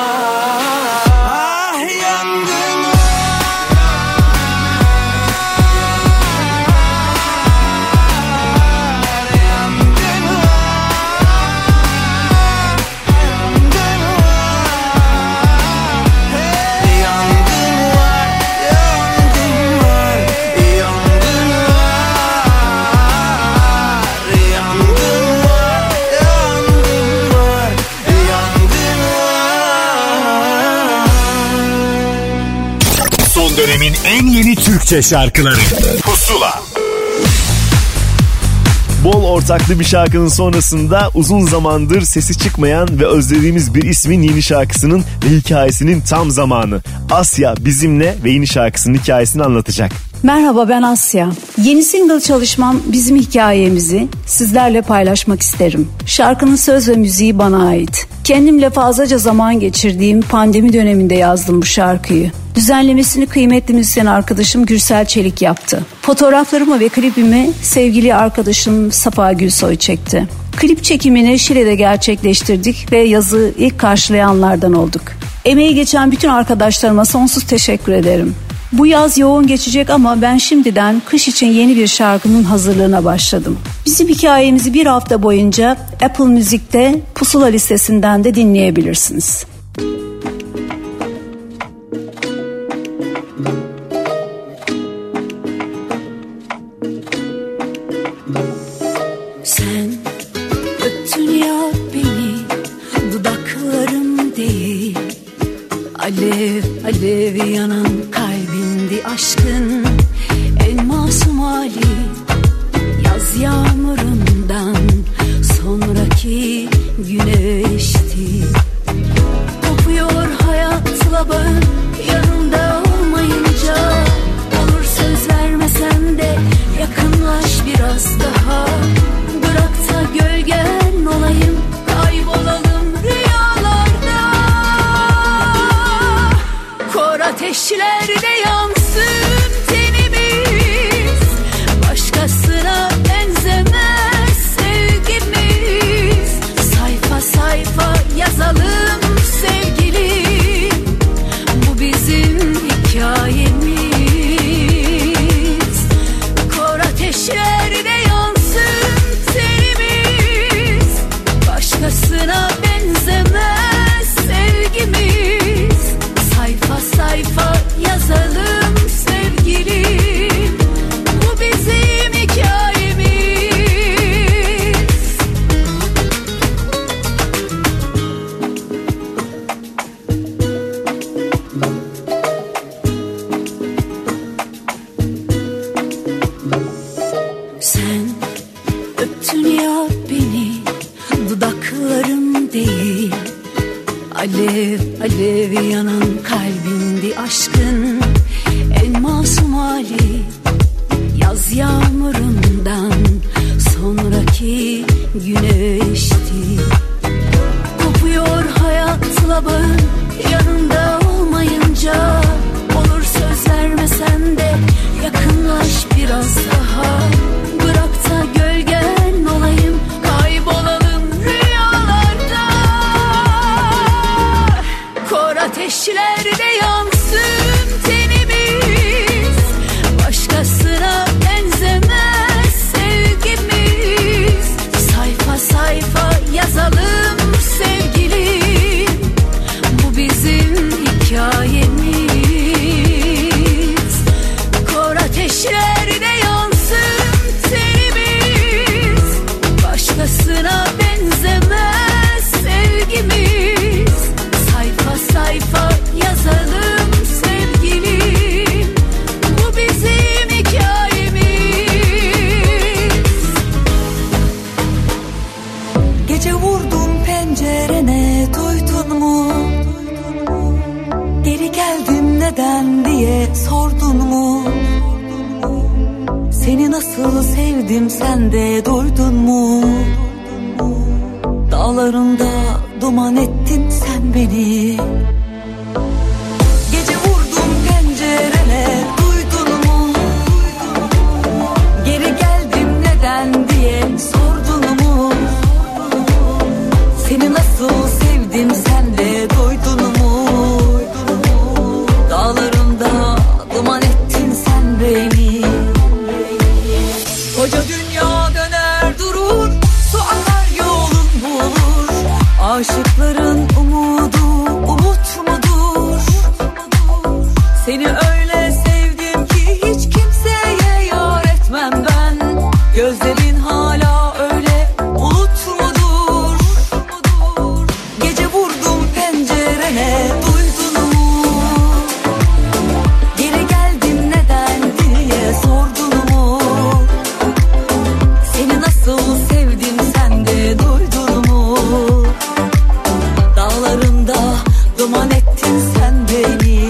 Speaker 1: Dönemin en yeni Türkçe şarkıları Pusula.
Speaker 3: Bol ortaklı bir şarkının sonrasında uzun zamandır sesi çıkmayan ve özlediğimiz bir ismin yeni şarkısının ve hikayesinin tam zamanı. Asya bizimle ve yeni şarkısının hikayesini anlatacak.
Speaker 15: Merhaba, ben Asya. Yeni single çalışmam bizim hikayemizi sizlerle paylaşmak isterim. Şarkının söz ve müziği bana ait. Kendimle fazlaca zaman geçirdiğim pandemi döneminde yazdım bu şarkıyı. Düzenlemesini kıymetli müzisyen arkadaşım Gürsel Çelik yaptı. Fotoğraflarımı ve klibimi sevgili arkadaşım Safa Gülsoy çekti. Klip çekimini Şile'de gerçekleştirdik ve yazı ilk karşılayanlardan olduk. Emeği geçen bütün arkadaşlarıma sonsuz teşekkür ederim. Bu yaz yoğun geçecek ama ben şimdiden kış için yeni bir şarkının hazırlığına başladım. Bizim hikayemizi bir hafta boyunca Apple Music'te Pusula listesinden de dinleyebilirsiniz.
Speaker 10: Sen öptün ya beni, dudaklarım değil. Alev alev yanan kalbindi aşkın en masum hali. Yaz yağmurundan sonraki güneşti. Kopuyor hayatla bağın yanında olmayınca. Olur söz vermesen de yakınlaş biraz daha. Bırak da gölgen olayım, kaybolalım rüyalarda. Kor ateşlerde yansın tenimiz, başkasına benzemez sevgimiz. Sayfa sayfa yazalım sevgilim, bu bizim hikayemiz. Kor ateşlerde yansın tenimiz, başkasına benzemez sevgimiz. Sayfa sayfa yazalım sevgilim, bu bizim hikayemiz. Sen öptün ya beni, dudaklarım değil. Alev alev yanan kalbindi aşkın en masum hali. Yaz yağmurundan sonraki güneşti. Kopuyor hayatla bağın yanında olmayınca. Olur söz vermesen de yakınlaş biraz daha. Bırak da gölgen olayım, kaybolalım rüyalarda. Kor ateşlerde yansın tenimiz, başkasına benzemez sevgimiz. Sayfa sayfa yazalım sevgilim, bu bizim hikayemiz. Kor ateşlerde yansın tenimiz, başkasına benzemez sevgimiz. Sayfa sayfa yazalım sevgilim, bu bizim hikayemiz.
Speaker 16: Gece vurdum pencerene, duydun mu? Geri geldim neden diye sordun mu? Seni nasıl sevdim sen de duydun mu? Dağlarında duman ettin sen beni. Gece vurdum pencerene, duydun mu? Geri geldim neden diye sordun mu? Seni nasıl sevdim sen de duydun mu? Dağlarında duman ettin sen beni. Koca dünya döner durur, su akar yolun bulur. Aşıkların umudu umut mudur? Seni öyle sevdim ki hiç kimseye yar etmem ben. Gözlerin hala öyle bulut mudur? Gece vurdum pencerene, duydun mu? Geri geldim neden diye sordun mu? Seni nasıl sevdim sen de duydun mu? Dağlarında duman ettin sen beni.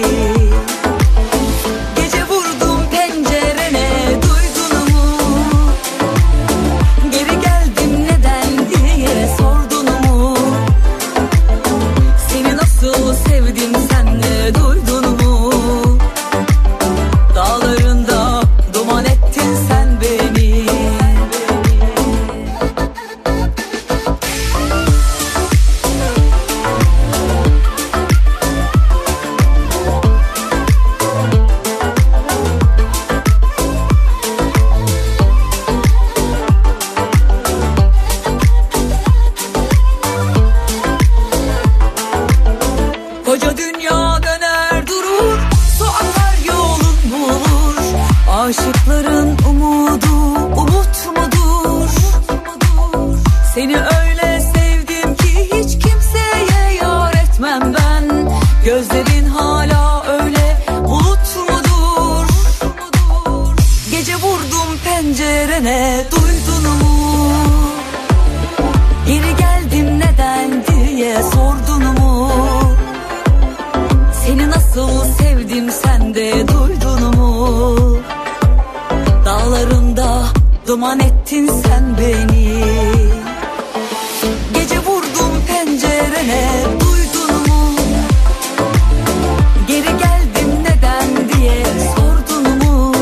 Speaker 16: Gece vurdum pencerene, duydun mu? Geri geldim neden diye sordun mu? Seni nasıl sevdim sen de duydun mu? Dağlarında duman ettin sen beni. Koca dünya döner durur, su akar yolun bulur. Aşıkların umudu umut mudur? Seni öyle sevdim ki hiç kimseye yar etmem ben. Gözlerin hala öyle bulut mudur? Gece vurdum pencerene, duydun mu? Geri geldim neden diye sordun mu? Seni nasıl sevdim sen de duydun mu? Dağlarında duman ettin sen beni. Gece vurdum pencerene, duydun mu? Geri geldim neden diye sordun mu?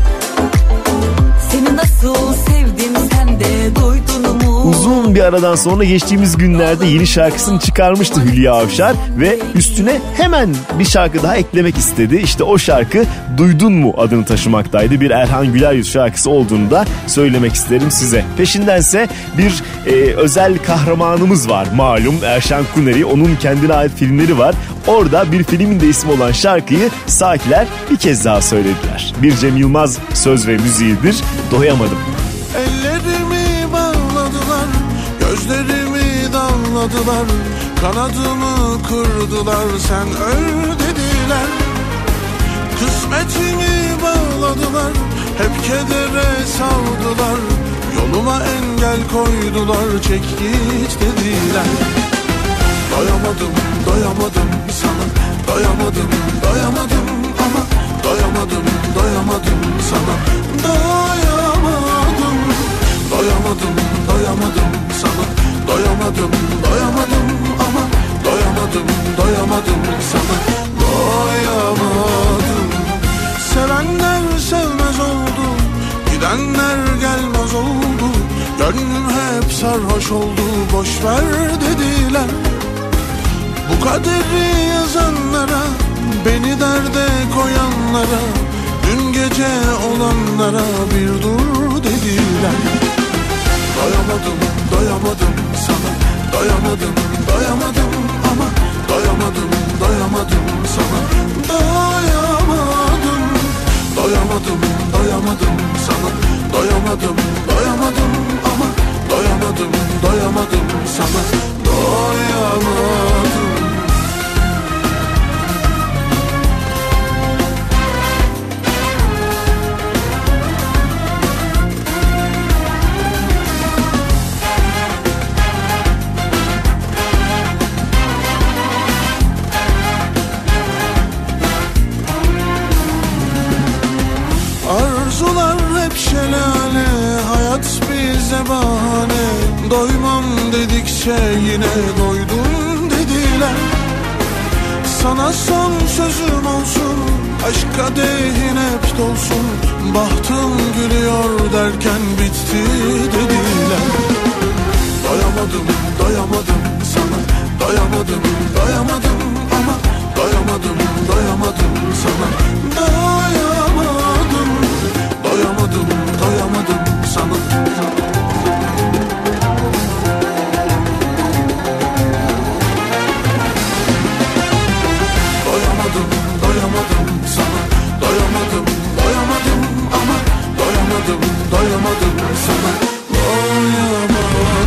Speaker 16: Seni nasıl sevdim sen de duydun mu?
Speaker 3: Uzun bir aradan sonra geçtiğimiz günlerde yeni şarkısını çıkarmıştı Hülya Avşar ve üstüne hemen bir şarkı daha eklemek istedi. İşte o şarkı Duydun Mu adını taşımaktaydı. Bir Erhan Güler Yüz şarkısı olduğunu da söylemek isterim size. Peşindense bir e, özel kahramanımız var malum, Erşan Kuneri. Onun kendine ait filmleri var. Orada bir filmin de ismi olan şarkıyı Sakiler bir kez daha söylediler. Bir Cem Yılmaz söz ve müziğidir. Doyamadım.
Speaker 17: Ellerimi bağladılar, gözlerimi damladılar, kanadımı kırdılar, sen öl dediler. Kısmetimi bağladılar, hep kedere savdılar, yoluma engel koydular, çek git dediler. Doyamadım, doyamadım sana, doyamadım, doyamadım ama doyamadım, doyamadım sana, doyamadım. Doyamadım, doyamadım sana, doyamadım, doyamadım ama doyamadım, doyamadım sana, doyamadım. Sevenler sevmez oldu, gidenler gelmez oldu, gönlüm hep sarhoş oldu, boş ver dediler. Bu kaderi yazanlara, beni derde koyanlara, dün gece olanlara bir dur dediler. Doyamadım, doyamadım sana, doyamadım, doyamadım ama doyamadım, doyamadım sana, doyamadım. Doyamadım, doyamadım sana, doyamadım, doyamadım ama doyamadım, doyamadım sana, doyamadım. bahane. Doymam dedikçe yine doydum dediler. Sana son sözüm olsun, aşk kadehin hep dolsun. Bahtım gülüyor derken bitti dediler. Doyamadım, doyamadım sana. Doyamadım, doyamadım ama doyamadım, doyamadım sana. Doyamadım, doyamadım, doyamadım sana. Doyamadım, doyamadım sana. Doyamadım, doyamadım ama doyamadım, doyamadım sana. Doyamadım.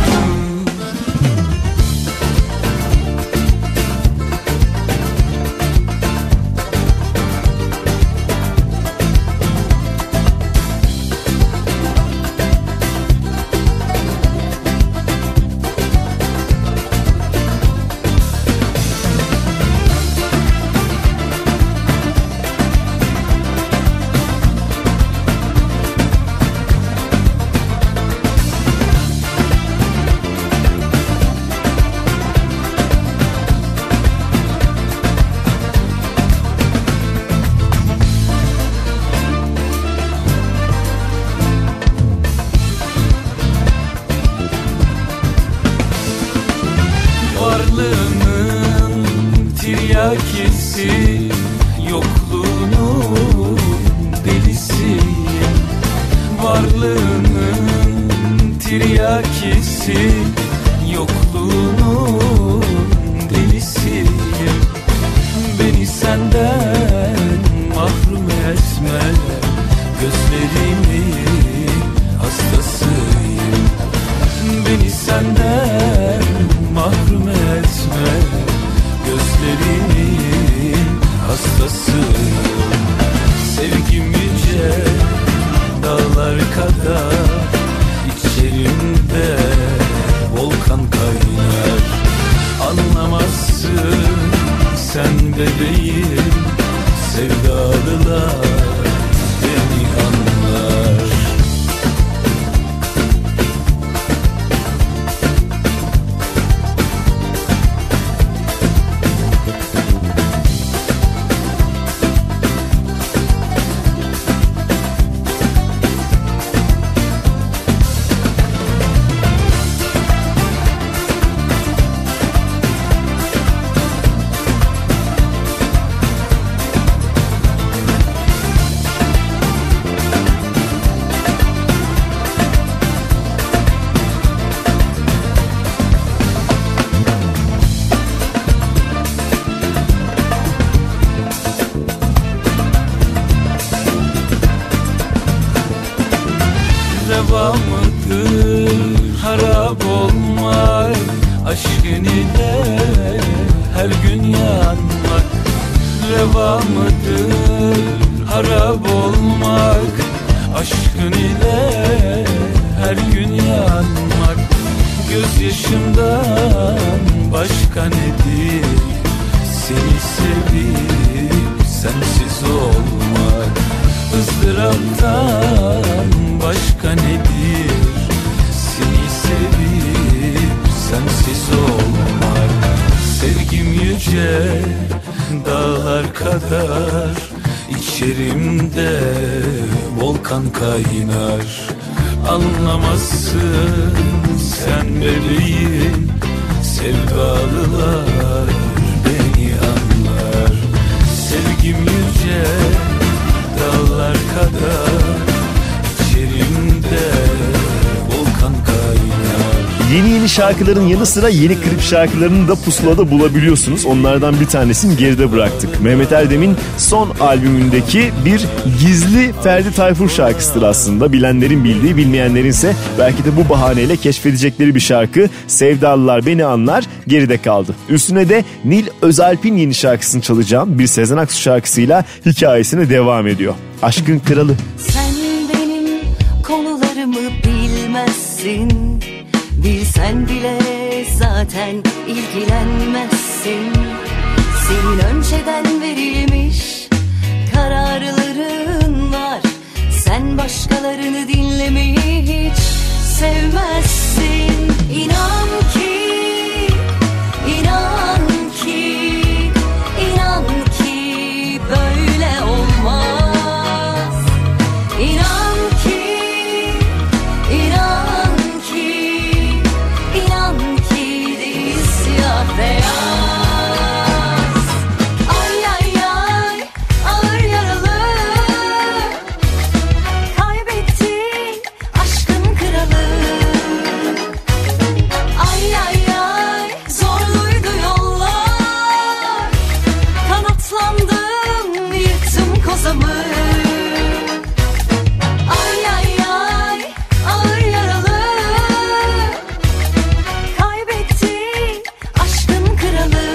Speaker 3: Şarkıların yanı sıra yeni klip şarkılarını da pusulada bulabiliyorsunuz. Onlardan bir tanesini geride bıraktık. Mehmet Erdem'in son albümündeki bir gizli Ferdi Tayfur şarkısıdır aslında. Bilenlerin bildiği, bilmeyenlerin ise belki de bu bahaneyle keşfedecekleri bir şarkı. Sevdalılar Beni Anlar geride kaldı. Üstüne de Nil Özalp'in yeni şarkısını çalacağım. Bir Sezen Aksu şarkısıyla hikayesine devam ediyor. Aşkın Kralı.
Speaker 18: Sen benim konularımı bilmezsin. Bilsen bile zaten ilgilenmezsin. Senin önceden verilmiş kararların var. Sen başkalarını dinlemeyi hiç
Speaker 14: sevmezsin. İnan ki, inan ki, inan ki böyle olmaz. İnan ki, inan ki, inan ki değil siyah beyaz. Ay ay ay ağır yaralı, kaybettin aşkın kralı. Ay ay ay zorluydu yollar, kanatlandım yırttım kozamı. Ay ay ay ağır yaralı, kaybettin aşkın kralı.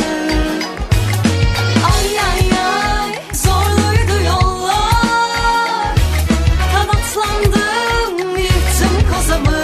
Speaker 14: Ay ay ay zorluydu yollar, kanatlandım yırttım kozamı.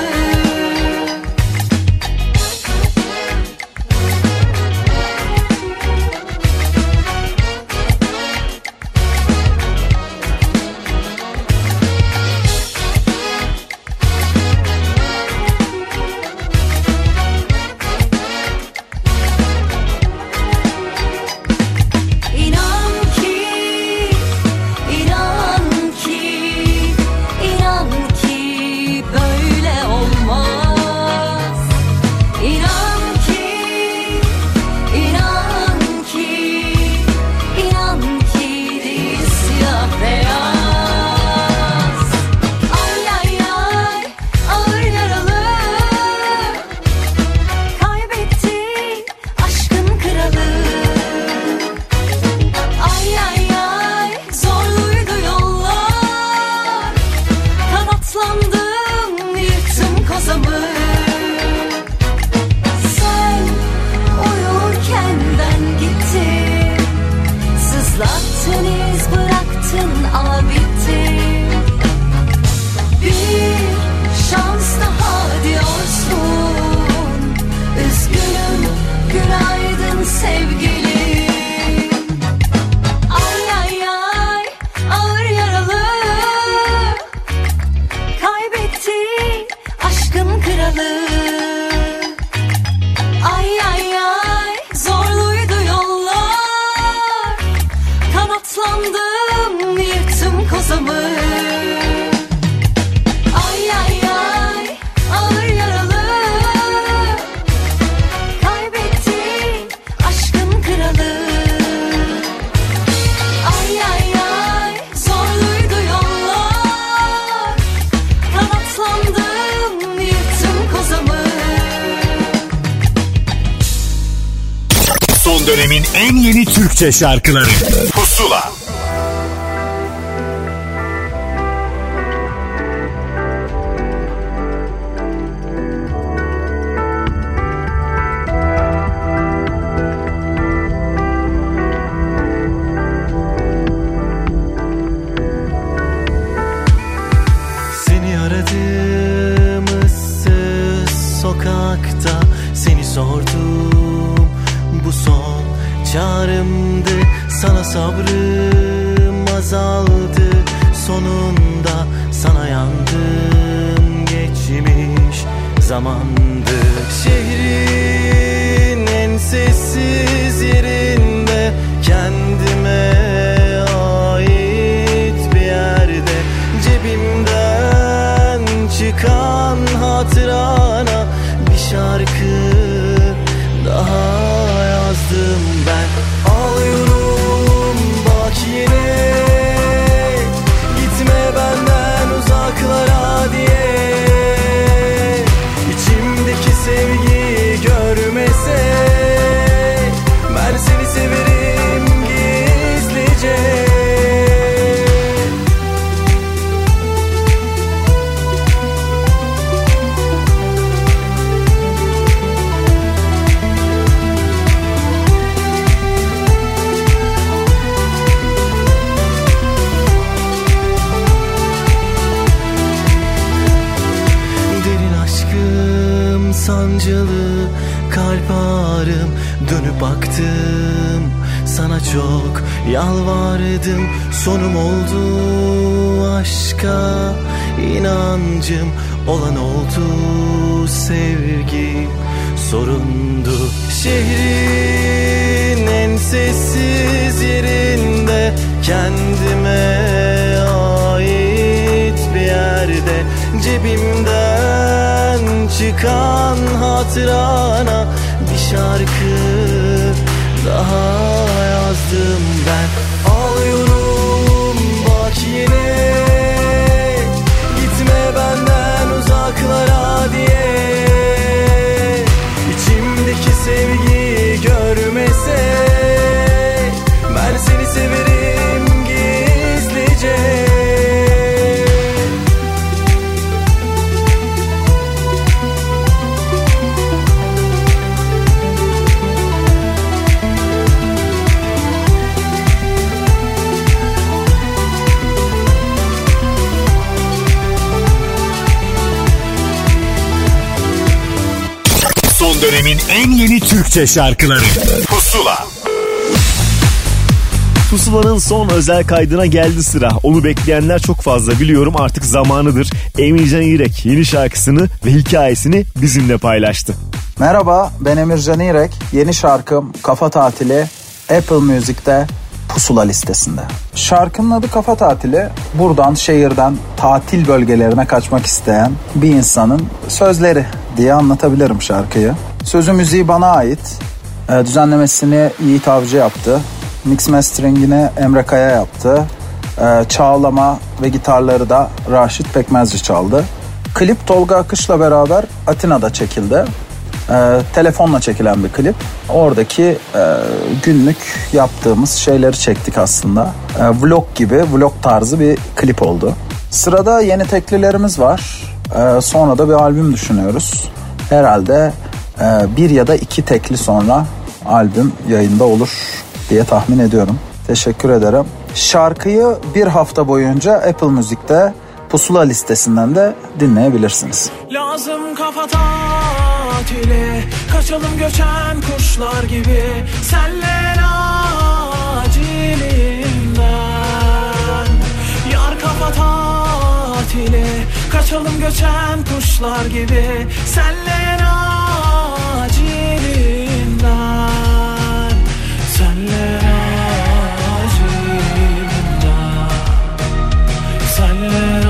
Speaker 14: İnan ki, inan ki, inan ki böyle olmaz. İnan ki, inan ki, inan ki değil siyah beyaz. Ay ay ay ağır yaralı, kaybettin aşkın kralı. Ay ay ay zorluydu yollar, kanatlandım yırttım kozamı. Sen uyurken ben gittim, sızlattın iz bıraktın ama bittim. Bir şans daha diyorsun, üzgünüm günaydın sevgilim. Ay ay ay ağır yaralı, kaybettin aşkın kralı. Ay ay ay zorluydu yollar, kanatlandım yırttım kozamı. Ay ay ay ağır yaralı, kaybettin aşkın kralı. Ay ay ay zorluydu yollar, kanatlandım yırttım kozamı.
Speaker 1: Son dönemin en yeni Türkçe şarkıları Pusula.
Speaker 19: Seni aradım ıssız sokakta, seni sordum, bu son çağrımdı. Sana sabrım azaldı, sonunda sana yandım. Geçmiş zamandı. Şehrin en sessiz yerinde, kendime ait bir yerde, cebimden çıkan hatırana bir şarkı daha yazdım ben. Ağlıyorum bak yine, gitme benden uzaklara diye. İçimdeki sevgiyi görmese, ben seni severim gizlice. Sancılı kalp ağrım, dönüp baktım sana, çok yalvardım. Sonum oldu aşka inancım, olan oldu, sevgi sorundu. Şehrin en sessiz yerinde, kendime ait bir yerde, cebimden çıkan hatırana bir şarkı daha yazdım ben. Ağlıyorum bak yine, gitme benden uzaklara diye. İçimdeki sevgi görmese, ben seni severim gizlice.
Speaker 1: Son dönemin en yeni Türkçe şarkıları Pusula.
Speaker 3: Pusula'nın son özel kaydına geldi sıra. Onu bekleyenler çok fazla, biliyorum artık zamanıdır. Emircan İrek yeni şarkısını ve hikayesini bizimle paylaştı.
Speaker 20: Merhaba, ben Emircan İrek. Yeni şarkım Kafa Tatili Apple Music'te Pusula listesinde. Şarkının adı Kafa Tatili. Buradan, şehirden tatil bölgelerine kaçmak isteyen bir insanın sözleri diye anlatabilirim şarkıyı. Sözü müziği bana ait. E, düzenlemesini Yiğit Avcı yaptı. Mix masteringini Emre Kaya yaptı. E, çağlama ve gitarları da Raşit Pekmezci çaldı. Klip Tolga Akış'la beraber Atina'da çekildi. E, telefonla çekilen bir klip. Oradaki e, günlük yaptığımız şeyleri çektik aslında. E, vlog gibi, vlog tarzı bir klip oldu. Sırada yeni teklilerimiz var. E, sonra da bir albüm düşünüyoruz. Herhalde e, bir ya da iki tekli sonra albüm yayında olur diye tahmin ediyorum. Teşekkür ederim. Şarkıyı bir hafta boyunca Apple Music'te Pusula listesinden de dinleyebilirsiniz.
Speaker 12: Lazım kafa tatili, kaçalım göçen kuşlar gibi, senle acilinden. Yar kafa tatili, kaçalım göçen kuşlar gibi, senle acilinden. Senle acilinden, senle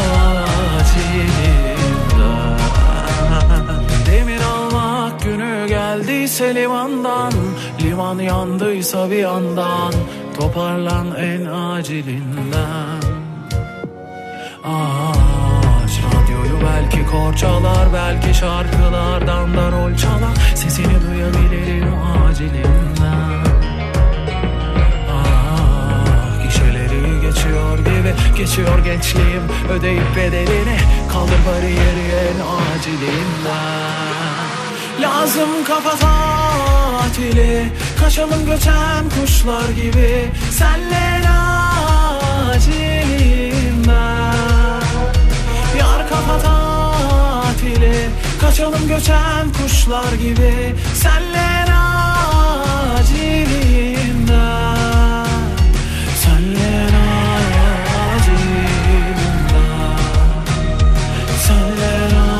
Speaker 12: acilinden. Demir almak günü geldiyse limandan, liman yandıysa bir yandan, toparlan en acilinden. Aç radyoyu, belki kor çalar, belki şarkılardan da rol çalar, sesini duyabilirim acilinden. Ah, gişeleri geçiyor gibi, geçiyor gençliğim, ödeyip bedelini, kaldır bariyeri en acilinden. Lazım kafa tatili, kaçalım göçen kuşlar gibi, senle acilinden. Yar kafa tatili, kaçalım göçen kuşlar gibi, senle acilinden. Senle acilinden, senle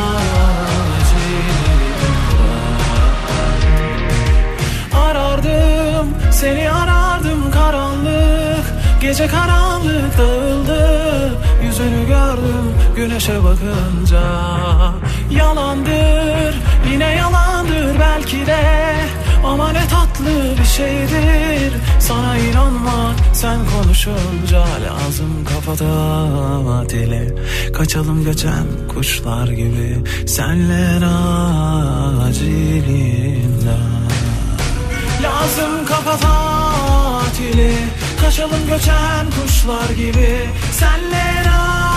Speaker 12: acilinden. Arardım, seni arardım karanlık, gece karanlık dağıldı, yüzünü gördüm güneşe bakınca. Yalandır, yine yalandır belki de, ama ne tatlı bir şeydir sana inanmak, sen konuşunca. Lazım kafa tatili, kaçalım göçen kuşlar gibi, senle acilinden. Lazım kafa tatili, kaçalım göçen kuşlar gibi, senle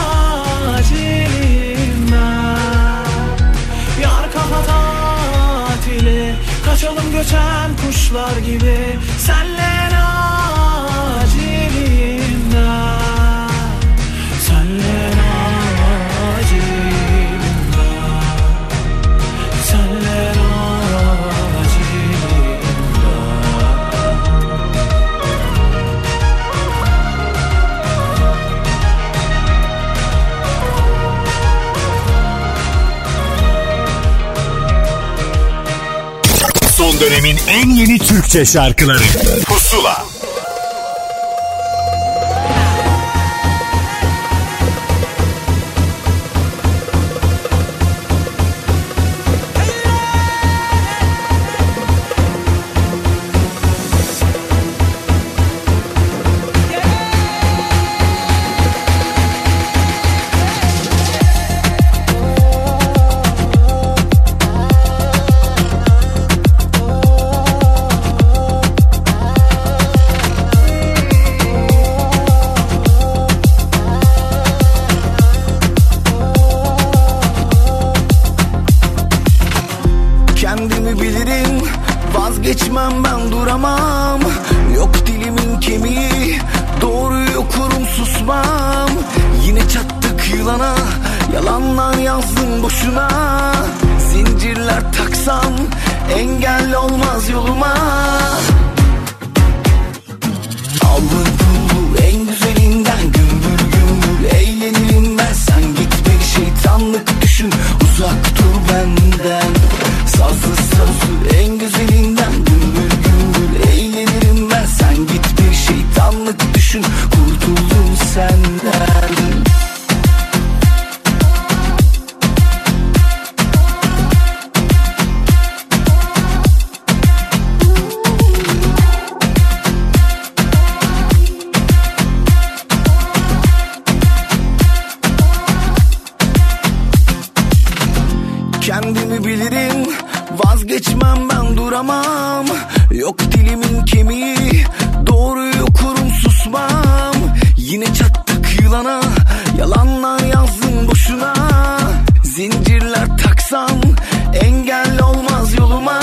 Speaker 12: acilinden. Yar kafa tatili, kaçalım göçen kuşlar gibi, senle acilinden. Senle acilinden, senle acilinden.
Speaker 1: Son dönemin en yeni Türkçe şarkıları Pusula.
Speaker 2: Vazgeçmem ben duramam. Yok dilimin kemiği, doğruyu okurum susmam. Yine çattık yılana, yalanlar yazdım boşuna. Zincirler taksam engel olmaz yoluma. Al bunu en güzelinden, gümbür gümbür eğlenirim ben. Sen git bir şeytanlık düşün, uzak dur benden. Sazlı sözlü en güzelinden, gümbür gümbür eğlenirim ben. Sen git bir şeytanlık düşün, kurtuldum senden. Kendimi bilirim, vazgeçmem ben duramam. Yok dilimin kemiği, doğruyu okurum susmam. Yine çattık yılana, yalanlar yazdım boşuna. Zincirler taksam engel olmaz yoluma.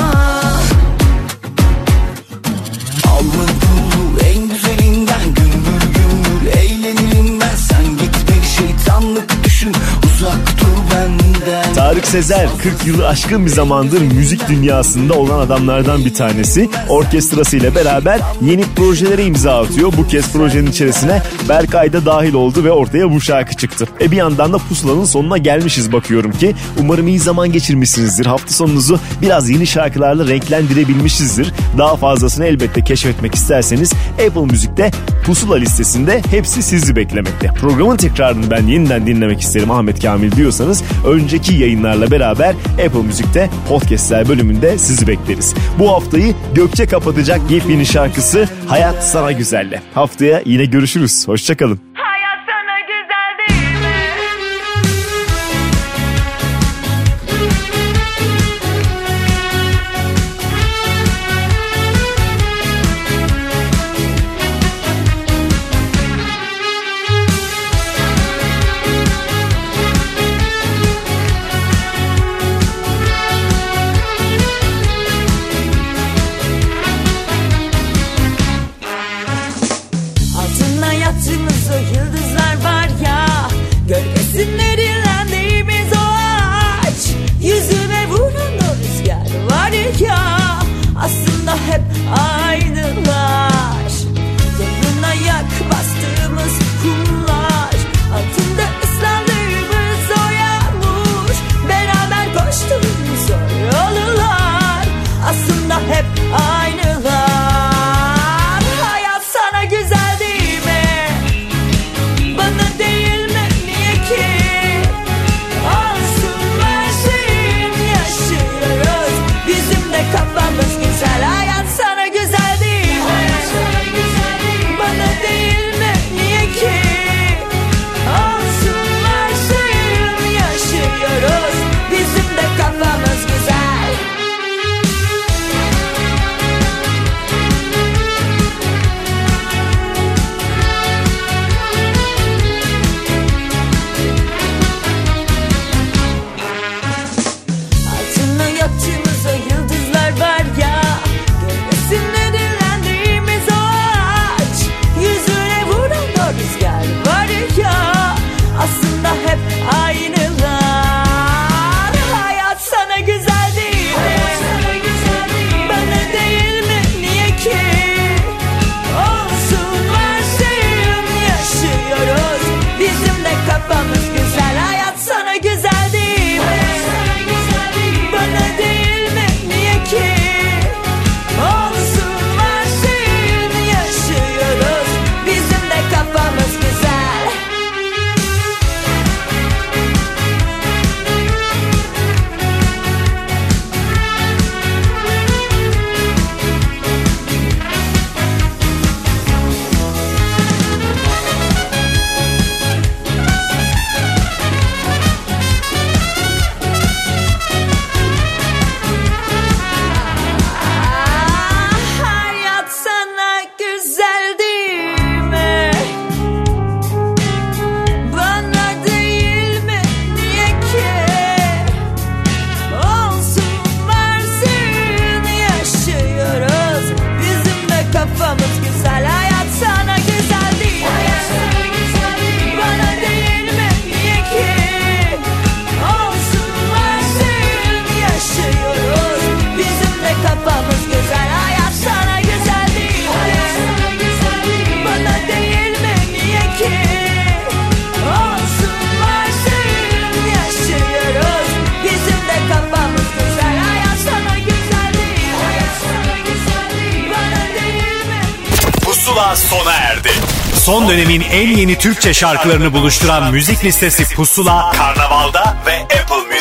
Speaker 2: Allı pullu en güzelinden, gümbür gümbür eğlenirim ben. Sen git bir şeytanlık düşün, uzak dur benden.
Speaker 3: Tarık Sezer kırk yılı aşkın bir zamandır müzik dünyasında olan adamlardan bir tanesi. Orkestrasıyla beraber yeni projelere imza atıyor. Bu kez projenin içerisine Berkay da dahil oldu ve ortaya bu şarkı çıktı. E bir yandan da Pusula'nın sonuna gelmişiz bakıyorum ki. Umarım iyi zaman geçirmişsinizdir. Hafta sonunuzu biraz yeni şarkılarla renklendirebilmişizdir. Daha fazlasını elbette keşfetmek isterseniz Apple Müzik'te Pusula listesinde hepsi sizi beklemekte. Programın tekrarını ben yeniden dinlemek isterim Ahmet Kamil diyorsanız önceki yayınlarla beraber Apple Müzik'te podcastler bölümünde sizi bekleriz. Bu haftayı Gökçe kapatacak yepyeni şarkısı Hayat Sana Güzel'le. Haftaya yine görüşürüz. Hoşçakalın.
Speaker 10: Altın hayatımızı
Speaker 1: Pusula sona erdi. Son dönemin en yeni Türkçe şarkılarını buluşturan müzik listesi Pusula, Karnaval'da ve Apple